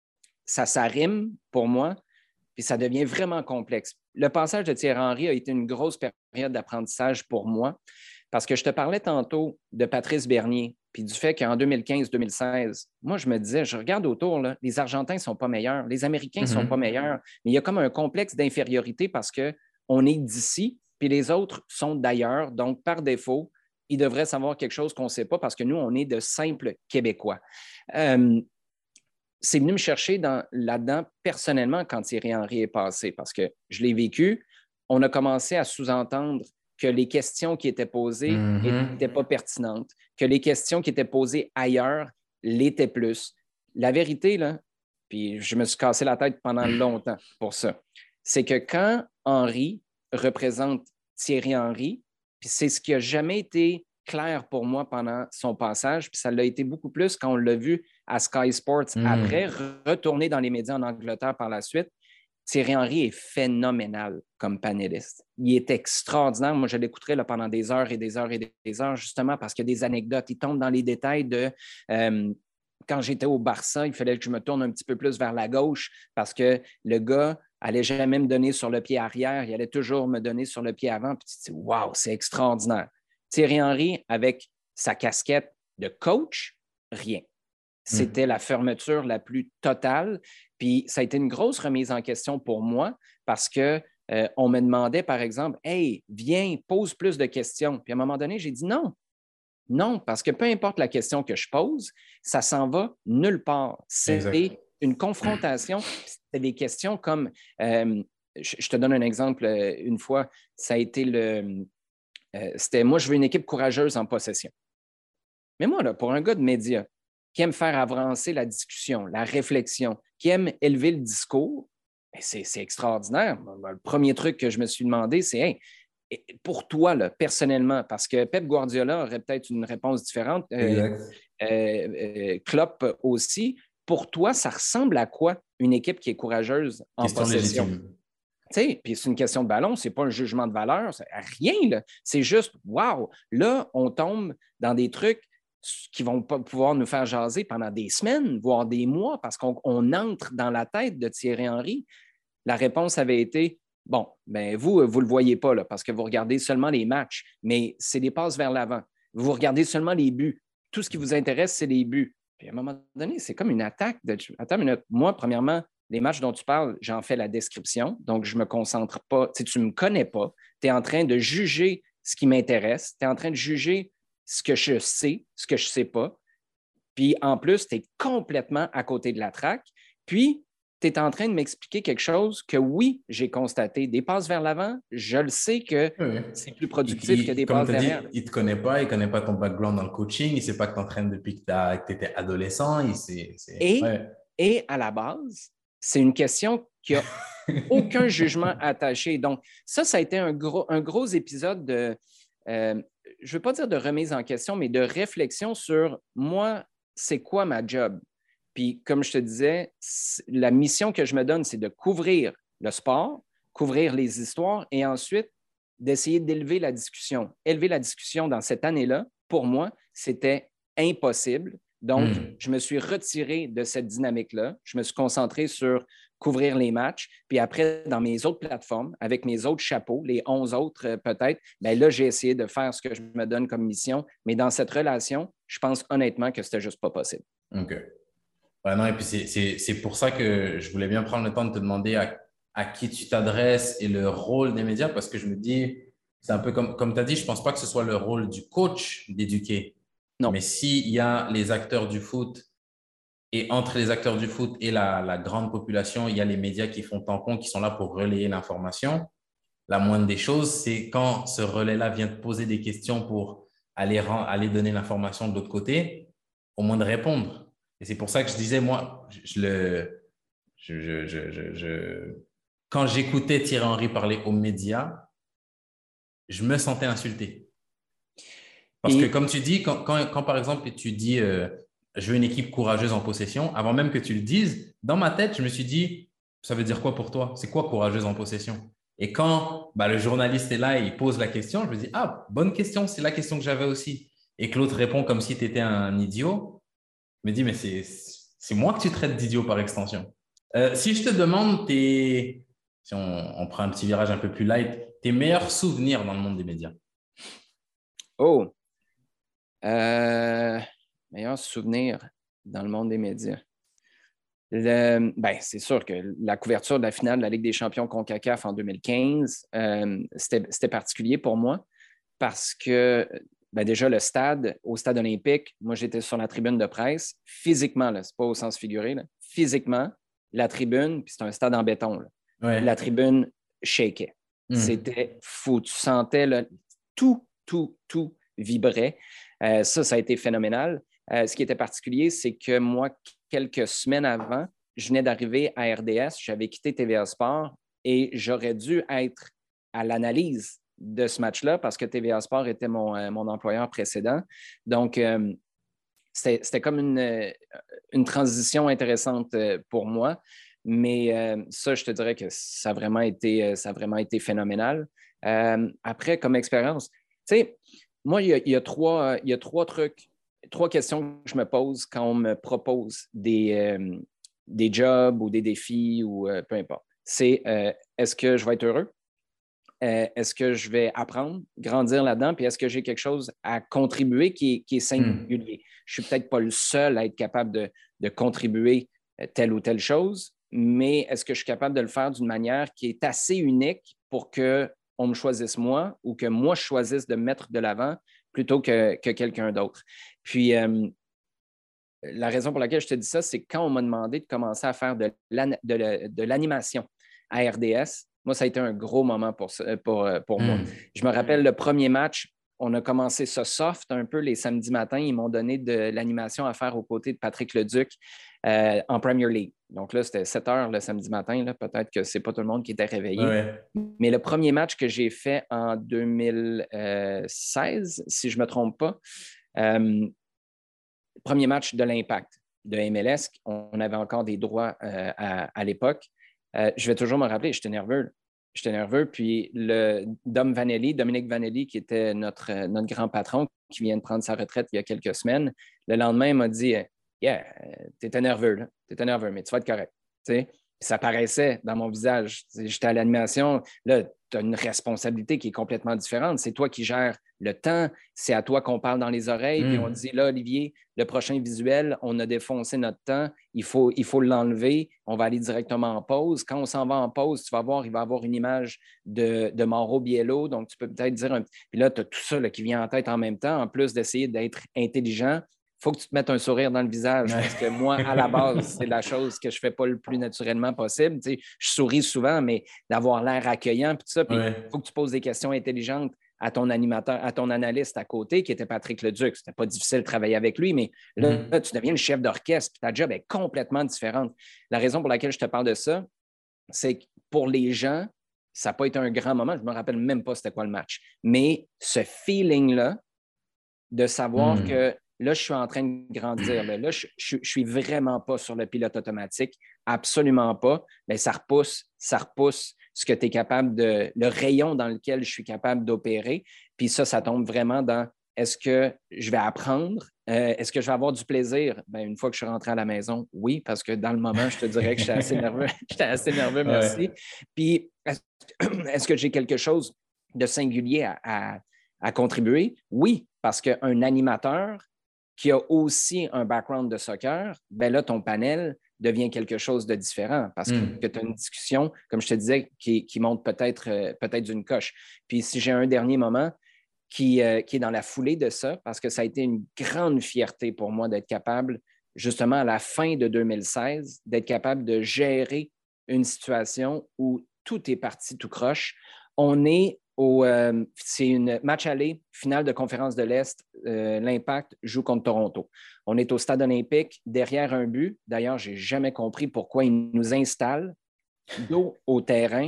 ça s'arrime pour moi, puis ça devient vraiment complexe. Le passage de Thierry Henry a été une grosse période d'apprentissage pour moi, parce que je te parlais tantôt de Patrice Bernier, puis du fait qu'en deux mille quinze deux mille seize, moi, je me disais, je regarde autour, là, les Argentins ne sont pas meilleurs, les Américains ne mm-hmm. sont pas meilleurs, mais il y a comme un complexe d'infériorité parce qu'on est d'ici, puis les autres sont d'ailleurs. Donc, par défaut, ils devraient savoir quelque chose qu'on ne sait pas parce que nous, on est de simples Québécois. Euh, c'est venu me chercher dans, là-dedans personnellement quand Thierry Henry est passé parce que je l'ai vécu. On a commencé à sous-entendre que les questions qui étaient posées n'étaient mm-hmm. pas pertinentes, que les questions qui étaient posées ailleurs l'étaient plus. La vérité, là, puis je me suis cassé la tête pendant longtemps pour ça, c'est que quand Henry représente Thierry Henry, puis c'est ce qui n'a jamais été clair pour moi pendant son passage, puis ça l'a été beaucoup plus quand on l'a vu à Sky Sports mm. après, retourner dans les médias en Angleterre par la suite. Thierry Henry est phénoménal comme panéliste. Il est extraordinaire. Moi, je l'écouterais là, pendant des heures et des heures et des heures, justement parce qu'il y a des anecdotes. Il tombe dans les détails de euh, quand j'étais au Barça, il fallait que je me tourne un petit peu plus vers la gauche parce que le gars n'allait jamais me donner sur le pied arrière. Il allait toujours me donner sur le pied avant. Puis tu te dis, waouh, c'est extraordinaire. Thierry Henry, avec sa casquette de coach, rien. C'était mmh. la fermeture la plus totale. Puis ça a été une grosse remise en question pour moi parce qu'on euh, me demandait, par exemple, « Hey, viens, pose plus de questions. » Puis à un moment donné, j'ai dit non. Non, parce que peu importe la question que je pose, ça s'en va nulle part. C'est exact. Une confrontation. C'est des questions comme, euh, je, je te donne un exemple, euh, une fois, ça a été le... Euh, c'était « Moi, je veux une équipe courageuse en possession. » Mais moi, là, pour un gars de médias, qui aime faire avancer la discussion, la réflexion, qui aime élever le discours, c'est, c'est extraordinaire. Le premier truc que je me suis demandé, c'est hey, pour toi, là, personnellement, parce que Pep Guardiola aurait peut-être une réponse différente, euh, euh, euh, Klopp aussi, pour toi, ça ressemble à quoi une équipe qui est courageuse en question possession? Puis c'est une question de ballon, ce n'est pas un jugement de valeur, c'est rien. Là. C'est juste, wow, là, on tombe dans des trucs qui vont pas pouvoir nous faire jaser pendant des semaines, voire des mois, parce qu'on on entre dans la tête de Thierry Henry. La réponse avait été, bon, ben vous, vous ne le voyez pas, là, parce que vous regardez seulement les matchs, mais c'est des passes vers l'avant. Vous regardez seulement les buts. Tout ce qui vous intéresse, c'est les buts. Puis à un moment donné, c'est comme une attaque. De... Attends une minute. Moi, premièrement, les matchs dont tu parles, j'en fais la description, donc je ne me concentre pas. Tu sais, tu ne me connais pas. Tu es en train de juger ce qui m'intéresse. Tu es en train de juger ce que je sais, ce que je ne sais pas. Puis, en plus, tu es complètement à côté de la traque. Puis, tu es en train de m'expliquer quelque chose que, oui, j'ai constaté. Des passes vers l'avant, je le sais que oui. c'est plus productif il, que des passes derrière. Dit, il ne te connaît pas, il ne connaît pas ton background dans le coaching, il ne sait pas que tu entraînes depuis que tu étais adolescent. Il sait, c'est... Et, ouais. et à la base, c'est une question qui n'a aucun jugement attaché. Donc, ça, ça a été un gros, un gros épisode de... Euh, je ne veux pas dire de remise en question, mais de réflexion sur moi, c'est quoi ma job? Puis, comme je te disais, la mission que je me donne, c'est de couvrir le sport, couvrir les histoires et ensuite d'essayer d'élever la discussion. Élever la discussion dans cette année-là, pour moi, c'était impossible. Donc, mmh. je me suis retiré de cette dynamique-là. Je me suis concentré sur couvrir les matchs. Puis après, dans mes autres plateformes, avec mes autres chapeaux, les onze autres euh, peut-être, bien là, j'ai essayé de faire ce que je me donne comme mission. Mais dans cette relation, je pense honnêtement que c'était juste pas possible. OK. Ouais, non, et puis c'est, c'est, c'est pour ça que je voulais bien prendre le temps de te demander à, à qui tu t'adresses et le rôle des médias, parce que je me dis, c'est un peu comme, comme tu as dit, je ne pense pas que ce soit le rôle du coach d'éduquer. Non. Mais s'il y a les acteurs du foot et entre les acteurs du foot et la, la grande population, il y a les médias qui font tampon, qui sont là pour relayer l'information. La moindre des choses, c'est quand ce relais-là vient te poser des questions pour aller, aller donner l'information de l'autre côté, au moins de répondre. Et c'est pour ça que je disais, moi, je, je le, je, je, je, je, je, quand j'écoutais Thierry Henry parler aux médias, je me sentais insulté. Parce que comme tu dis, quand, quand, quand par exemple tu dis euh, je veux une équipe courageuse en possession, avant même que tu le dises, dans ma tête, je me suis dit, ça veut dire quoi pour toi? C'est quoi courageuse en possession? Et quand bah, le journaliste est là et il pose la question, je me dis, ah, bonne question, c'est la question que j'avais aussi. Et que l'autre répond comme si tu étais un idiot, je me dis, mais c'est, c'est moi que tu traites d'idiot par extension. Euh, si je te demande tes, si on, on prend un petit virage un peu plus light, tes meilleurs souvenirs dans le monde des médias. Oh, euh, meilleur souvenir dans le monde des médias. Le, ben, c'est sûr que la couverture de la finale de la Ligue des champions CONCACAF en deux mille quinze, euh, c'était, c'était particulier pour moi parce que ben déjà le stade, au stade olympique, moi j'étais sur la tribune de presse. Physiquement, ce n'est pas au sens figuré, là, physiquement, la tribune, puis c'est un stade en béton, là, Ouais. la tribune shakeait. Mm. C'était fou. Tu sentais là, tout, tout, tout vibrait. Euh, ça, ça a été phénoménal. Euh, ce qui était particulier, c'est que moi, quelques semaines avant, je venais d'arriver à R D S, j'avais quitté T V A Sport et j'aurais dû être à l'analyse de ce match-là parce que T V A Sport était mon, euh, mon employeur précédent. Donc, euh, c'était, c'était comme une, une transition intéressante pour moi. Mais euh, ça, je te dirais que ça a vraiment été, ça a vraiment été phénoménal. Euh, après, comme expérience, tu sais, moi, il y a, il y a trois, il y a trois trucs, trois questions que je me pose quand on me propose des, euh, des jobs ou des défis ou euh, peu importe. C'est euh, est-ce que je vais être heureux? Euh, est-ce que je vais apprendre, grandir là-dedans? Puis est-ce que j'ai quelque chose à contribuer qui est, qui est singulier? Mm. Je ne suis peut-être pas le seul à être capable de, de contribuer telle ou telle chose, mais est-ce que je suis capable de le faire d'une manière qui est assez unique pour qu'on me choisisse moi ou que moi, je choisisse de me mettre de l'avant plutôt que, que quelqu'un d'autre? Puis, euh, la raison pour laquelle je te dis ça, c'est quand on m'a demandé de commencer à faire de, l'an- de, de l'animation à R D S, moi, ça a été un gros moment pour, pour, pour moi. Mm. Je me rappelle le premier match, on a commencé ça soft un peu les samedis matins. Ils m'ont donné de l'animation à faire aux côtés de Patrick Leduc euh, en Premier League. Donc là, c'était sept heures le samedi matin. Là. Peut-être que ce n'est pas tout le monde qui était réveillé. Ouais. Mais le premier match que j'ai fait en deux mille seize, si je ne me trompe pas, euh, premier match de l'Impact de M L S, on avait encore des droits euh, à, à l'époque. Euh, je vais toujours me rappeler, j'étais nerveux. J'étais nerveux. Puis le Dom Vanelli, Dominique Vanelli, qui était notre, notre grand patron, qui vient de prendre sa retraite il y a quelques semaines, le lendemain, il m'a dit « Yeah, t'étais nerveux, là. T'étais nerveux, mais tu vas être correct. » T'sais? Ça paraissait dans mon visage. J'étais à l'animation. Là, tu as une responsabilité qui est complètement différente. C'est toi qui gères le temps. C'est à toi qu'on parle dans les oreilles. Mmh. Puis on dit, là, Olivier, le prochain visuel, on a défoncé notre temps. Il faut, il faut l'enlever. On va aller directement en pause. Quand on s'en va en pause, tu vas voir, il va y avoir une image de, de Mauro Biello. Donc, tu peux peut-être dire... Un... Puis là, tu as tout ça là, qui vient en tête en même temps, en plus d'essayer d'être intelligent. Il faut que tu te mettes un sourire dans le visage parce que moi, à la base, c'est la chose que je ne fais pas le plus naturellement possible. Tu sais, je souris souvent, mais d'avoir l'air accueillant, puis tout ça. Puis il ouais. faut que tu poses des questions intelligentes à ton animateur, à ton analyste à côté, qui était Patrick Leduc. C'était pas difficile de travailler avec lui, mais là, mm-hmm. là tu deviens le chef d'orchestre, puis ta job est complètement différente. La raison pour laquelle je te parle de ça, c'est que pour les gens, ça n'a pas été un grand moment. Je ne me rappelle même pas c'était quoi le match. Mais ce feeling-là, de savoir mm. que là, je suis en train de grandir. Là, là je ne suis vraiment pas sur le pilote automatique. Absolument pas. Mais ça repousse, ça repousse ce que tu es capable de... le rayon dans lequel je suis capable d'opérer. Puis ça, ça tombe vraiment dans est-ce que je vais apprendre? Euh, est-ce que je vais avoir du plaisir? Bien, une fois que je suis rentré à la maison, oui, parce que dans le moment, je te dirais que j'étais assez nerveux. J'étais assez nerveux, merci. Ouais. Puis, est-ce, est-ce que j'ai quelque chose de singulier à, à, à contribuer? Oui, parce qu'un animateur qui a aussi un background de soccer, bien là, ton panel devient quelque chose de différent parce mm. que tu as une discussion, comme je te disais, qui, qui monte peut-être, euh, peut-être d'une coche. Puis si j'ai un dernier moment qui, euh, qui est dans la foulée de ça, parce que ça a été une grande fierté pour moi d'être capable, justement, à la fin de deux mille seize, d'être capable de gérer une situation où tout est parti tout croche. On est Au, euh, c'est une match aller, finale de conférence de l'Est. Euh, L'Impact joue contre Toronto. On est au stade olympique, derrière un but. D'ailleurs, je n'ai jamais compris pourquoi ils nous installent dos au terrain.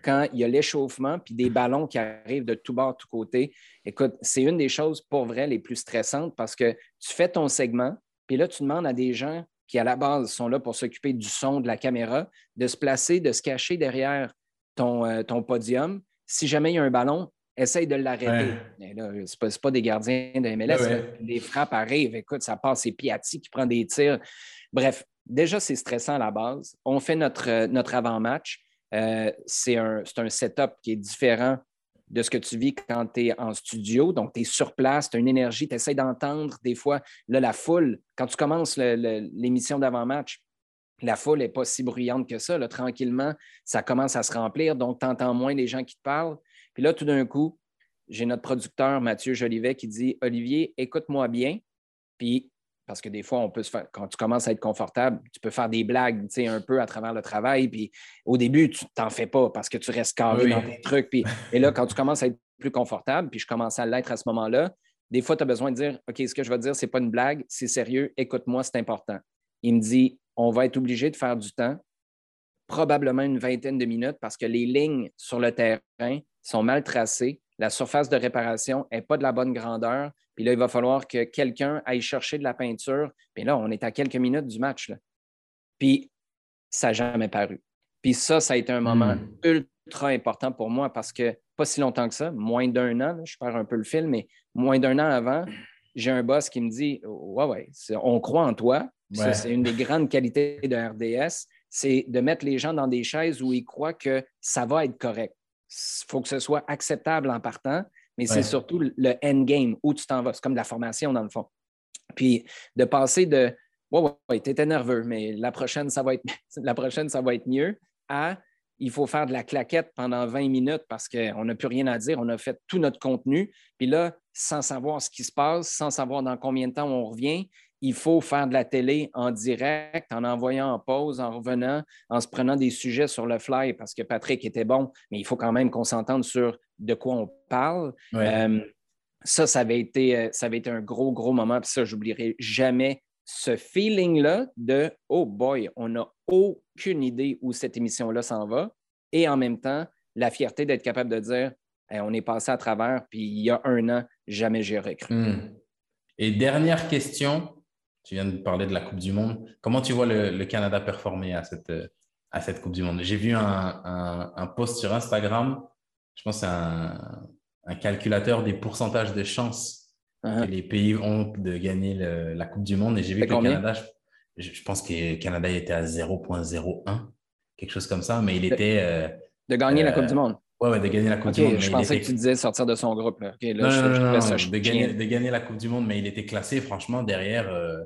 quand il y a l'échauffement puis des ballons qui arrivent de tous bords, de tous côtés. Écoute, c'est une des choses pour vrai les plus stressantes parce que tu fais ton segment, puis là, tu demandes à des gens qui, à la base, sont là pour s'occuper du son, de la caméra, de se placer, de se cacher derrière ton, euh, ton podium. Si jamais il y a un ballon, essaye de l'arrêter. Ouais. Mais là, ce n'est pas, pas des gardiens de M L S. Ouais, Là. ouais. Les frappes arrivent. Écoute, ça passe. C'est Piatti qui prend des tirs. Bref, déjà, c'est stressant à la base. On fait notre, euh, notre avant-match. Euh, c'est un, c'est un setup qui est différent de ce que tu vis quand tu es en studio. Donc, tu es sur place, tu as une énergie, tu essaies d'entendre des fois là, la foule. Quand tu commences le, le, l'émission d'avant-match, la foule n'est pas si bruyante que ça. Là. Tranquillement, ça commence à se remplir. Donc, tu entends moins les gens qui te parlent. Puis là, tout d'un coup, j'ai notre producteur, Mathieu Jolivet, qui dit « Olivier, écoute-moi bien. » Puis, parce que des fois, on peut se faire, quand tu commences à être confortable, tu peux faire des blagues, tu sais, un peu à travers le travail. Puis au début, tu t'en fais pas parce que tu restes carré Oui. dans tes trucs. Puis, et là, quand tu commences à être plus confortable, puis je commençais à l'être à ce moment-là, des fois, tu as besoin de dire « OK, ce que je vais te dire, c'est pas une blague, c'est sérieux, écoute-moi, c'est important. » Il me dit « On va être obligé de faire du temps, probablement une vingtaine de minutes parce que les lignes sur le terrain sont mal tracées. La surface de réparation n'est pas de la bonne grandeur. Puis là, il va falloir que quelqu'un aille chercher de la peinture. Puis là, on est à quelques minutes du match. Là. Puis ça n'a jamais paru. Puis ça, ça a été un moment Mm. ultra important pour moi parce que pas si longtemps que ça, moins d'un an, là, je perds un peu le fil, mais moins d'un an avant, j'ai un boss qui me dit « Ouais, ouais, on croit en toi. » Ça, Ouais. c'est une des grandes qualités de R D S, c'est de mettre les gens dans des chaises où ils croient que ça va être correct. Il faut que ce soit acceptable en partant, mais c'est Ouais. surtout le endgame, où tu t'en vas. C'est comme de la formation, dans le fond. Puis de passer de « Ouais, ouais, ouais, t'étais nerveux, mais la prochaine, ça va être, la prochaine, ça va être mieux » à « Il faut faire de la claquette pendant vingt minutes parce qu'on n'a plus rien à dire, on a fait tout notre contenu. » Puis là, sans savoir ce qui se passe, sans savoir dans combien de temps on revient, il faut faire de la télé en direct, en envoyant en pause, en revenant, en se prenant des sujets sur le fly parce que Patrick était bon, mais il faut quand même qu'on s'entende sur de quoi on parle. Ouais. Euh, ça, ça avait, été, ça avait été un gros, gros moment. Puis ça, j'oublierai jamais ce feeling-là de « Oh boy, on n'a aucune idée où cette émission-là s'en va. » Et en même temps, la fierté d'être capable de dire hey, « On est passé à travers, puis il y a un an, jamais j'y aurais cru. Mm. » Et dernière question, tu viens de parler de la Coupe du Monde. Comment tu vois le, le Canada performer à cette, à cette Coupe du Monde? J'ai vu un, un, un post sur Instagram, je pense que c'est un, un calculateur des pourcentages de chances Uh-huh. que les pays ont de gagner le, la Coupe du Monde. Et j'ai vu C'est que le combien? Canada, je, je pense que le Canada était à zéro virgule zéro un, quelque chose comme ça, mais il De, était… Euh, de gagner euh, la Coupe du Monde. ouais, ouais, de gagner la Coupe OK, du Monde, je mais il pensais que était… tu disais sortir de son groupe. Là. OK, là, Non, je, non, je non, trouvais non, ça non, de gagner, chien. de gagner la Coupe du Monde, mais il était classé, franchement, derrière… Euh,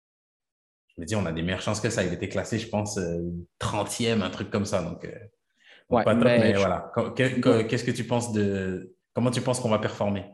je me dis, on a des meilleures chances que ça. Il était classé, je pense, euh, trentième, un truc comme ça. Donc, euh, donc Ouais, pas top, mais mais je, voilà. Que- que- moi, Qu'est-ce que tu penses de… Comment tu penses qu'on va performer?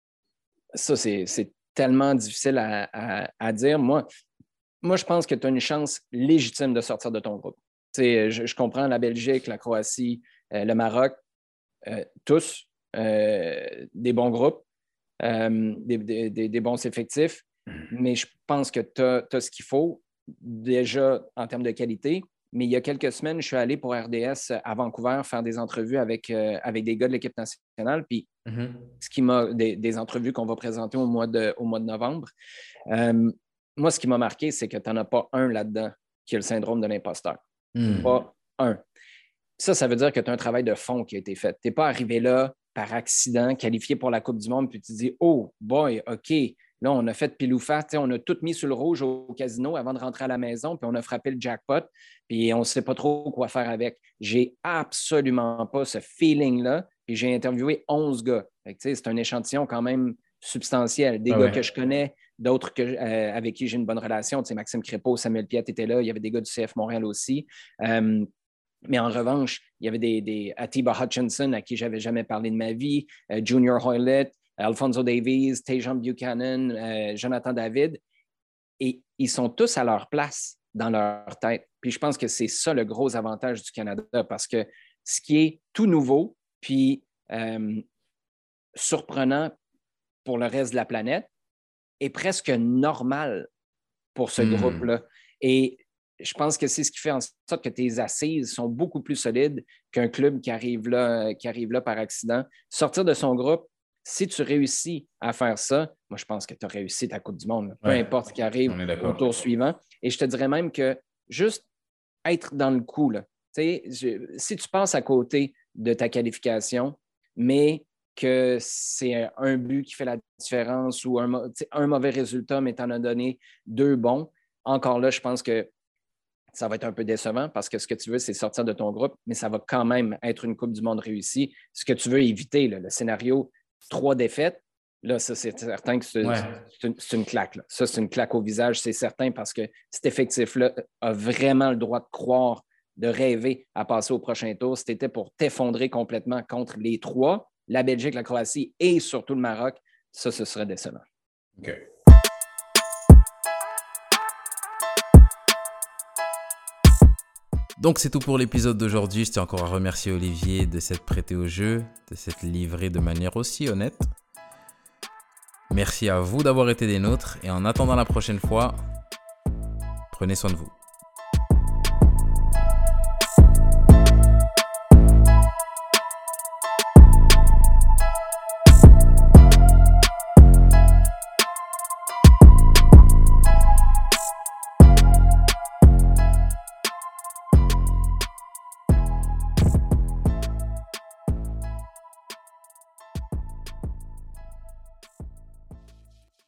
ça, c'est, c'est tellement difficile à, à, à dire. Moi, moi, je pense que tu as une chance légitime de sortir de ton groupe. Tu sais, je, je comprends la Belgique, la Croatie, euh, le Maroc, euh, tous euh, des bons groupes, euh, des, des, des, des bons effectifs, mais je pense que tu as ce qu'il faut déjà en termes de qualité. Mais il y a quelques semaines, je suis allé pour R D S à Vancouver faire des entrevues avec, euh, avec des gars de l'équipe nationale, puis Mhm. ce qui m'a des, des entrevues qu'on va présenter au mois de, au mois de novembre. Euh, moi, ce qui m'a marqué, c'est que tu n'en as pas un là-dedans qui a le syndrome de l'imposteur. Hmm. Pas un. Ça, ça veut dire que tu as un travail de fond qui a été fait. Tu n'es pas arrivé là par accident, qualifié pour la Coupe du Monde, puis tu te dis « Oh, boy, OK, là, on a fait pile ou face, on a tout mis sur le rouge au casino avant de rentrer à la maison, puis on a frappé le jackpot, puis on ne sait pas trop quoi faire avec. » J'ai absolument pas ce feeling-là, puis j'ai interviewé onze gars. Fait que, c'est un échantillon quand même substantiel. Des Ah gars ouais. que je connais, d'autres que, euh, avec qui j'ai une bonne relation. Tu sais, Maxime Crépeau, Samuel Piette était là, il y avait des gars du C F Montréal aussi. Euh, Mais en revanche, il y avait des, des Atiba Hutchinson à qui je n'avais jamais parlé de ma vie, euh, Junior Hoylett, Alfonso Davies, Tajon Buchanan, euh, Jonathan David. Et ils sont tous à leur place dans leur tête. Puis je pense que c'est ça le gros avantage du Canada parce que ce qui est tout nouveau, puis euh, surprenant pour le reste de la planète, est presque normal pour ce Hmm. groupe-là. Et je pense que c'est ce qui fait en sorte que tes assises sont beaucoup plus solides qu'un club qui arrive là, qui arrive là par accident. Sortir de son groupe, si tu réussis à faire ça, moi, je pense que tu as réussi ta Coupe du Monde, peu ouais, importe ce qui arrive au tour suivant. Et je te dirais même que juste être dans le coup, là, je, si tu passes à côté de ta qualification, mais que c'est un but qui fait la différence ou un, un mauvais résultat, mais tu en as donné deux bons, encore là, je pense que ça va être un peu décevant parce que ce que tu veux, c'est sortir de ton groupe, mais ça va quand même être une Coupe du Monde réussie. Ce que tu veux éviter, là, le scénario trois défaites, là, ça, c'est certain que c'est, ouais. c'est, une, c'est une claque. Là. Ça, c'est une claque au visage, c'est certain, parce que cet effectif-là a vraiment le droit de croire, de rêver à passer au prochain tour. C'était pour t'effondrer complètement contre les trois, la Belgique, la Croatie et surtout le Maroc, ça, ce serait décevant. OK. Donc c'est tout pour l'épisode d'aujourd'hui. Je tiens encore à remercier Olivier de s'être prêté au jeu, de s'être livré de manière aussi honnête. Merci à vous d'avoir été des nôtres et en attendant la prochaine fois, prenez soin de vous.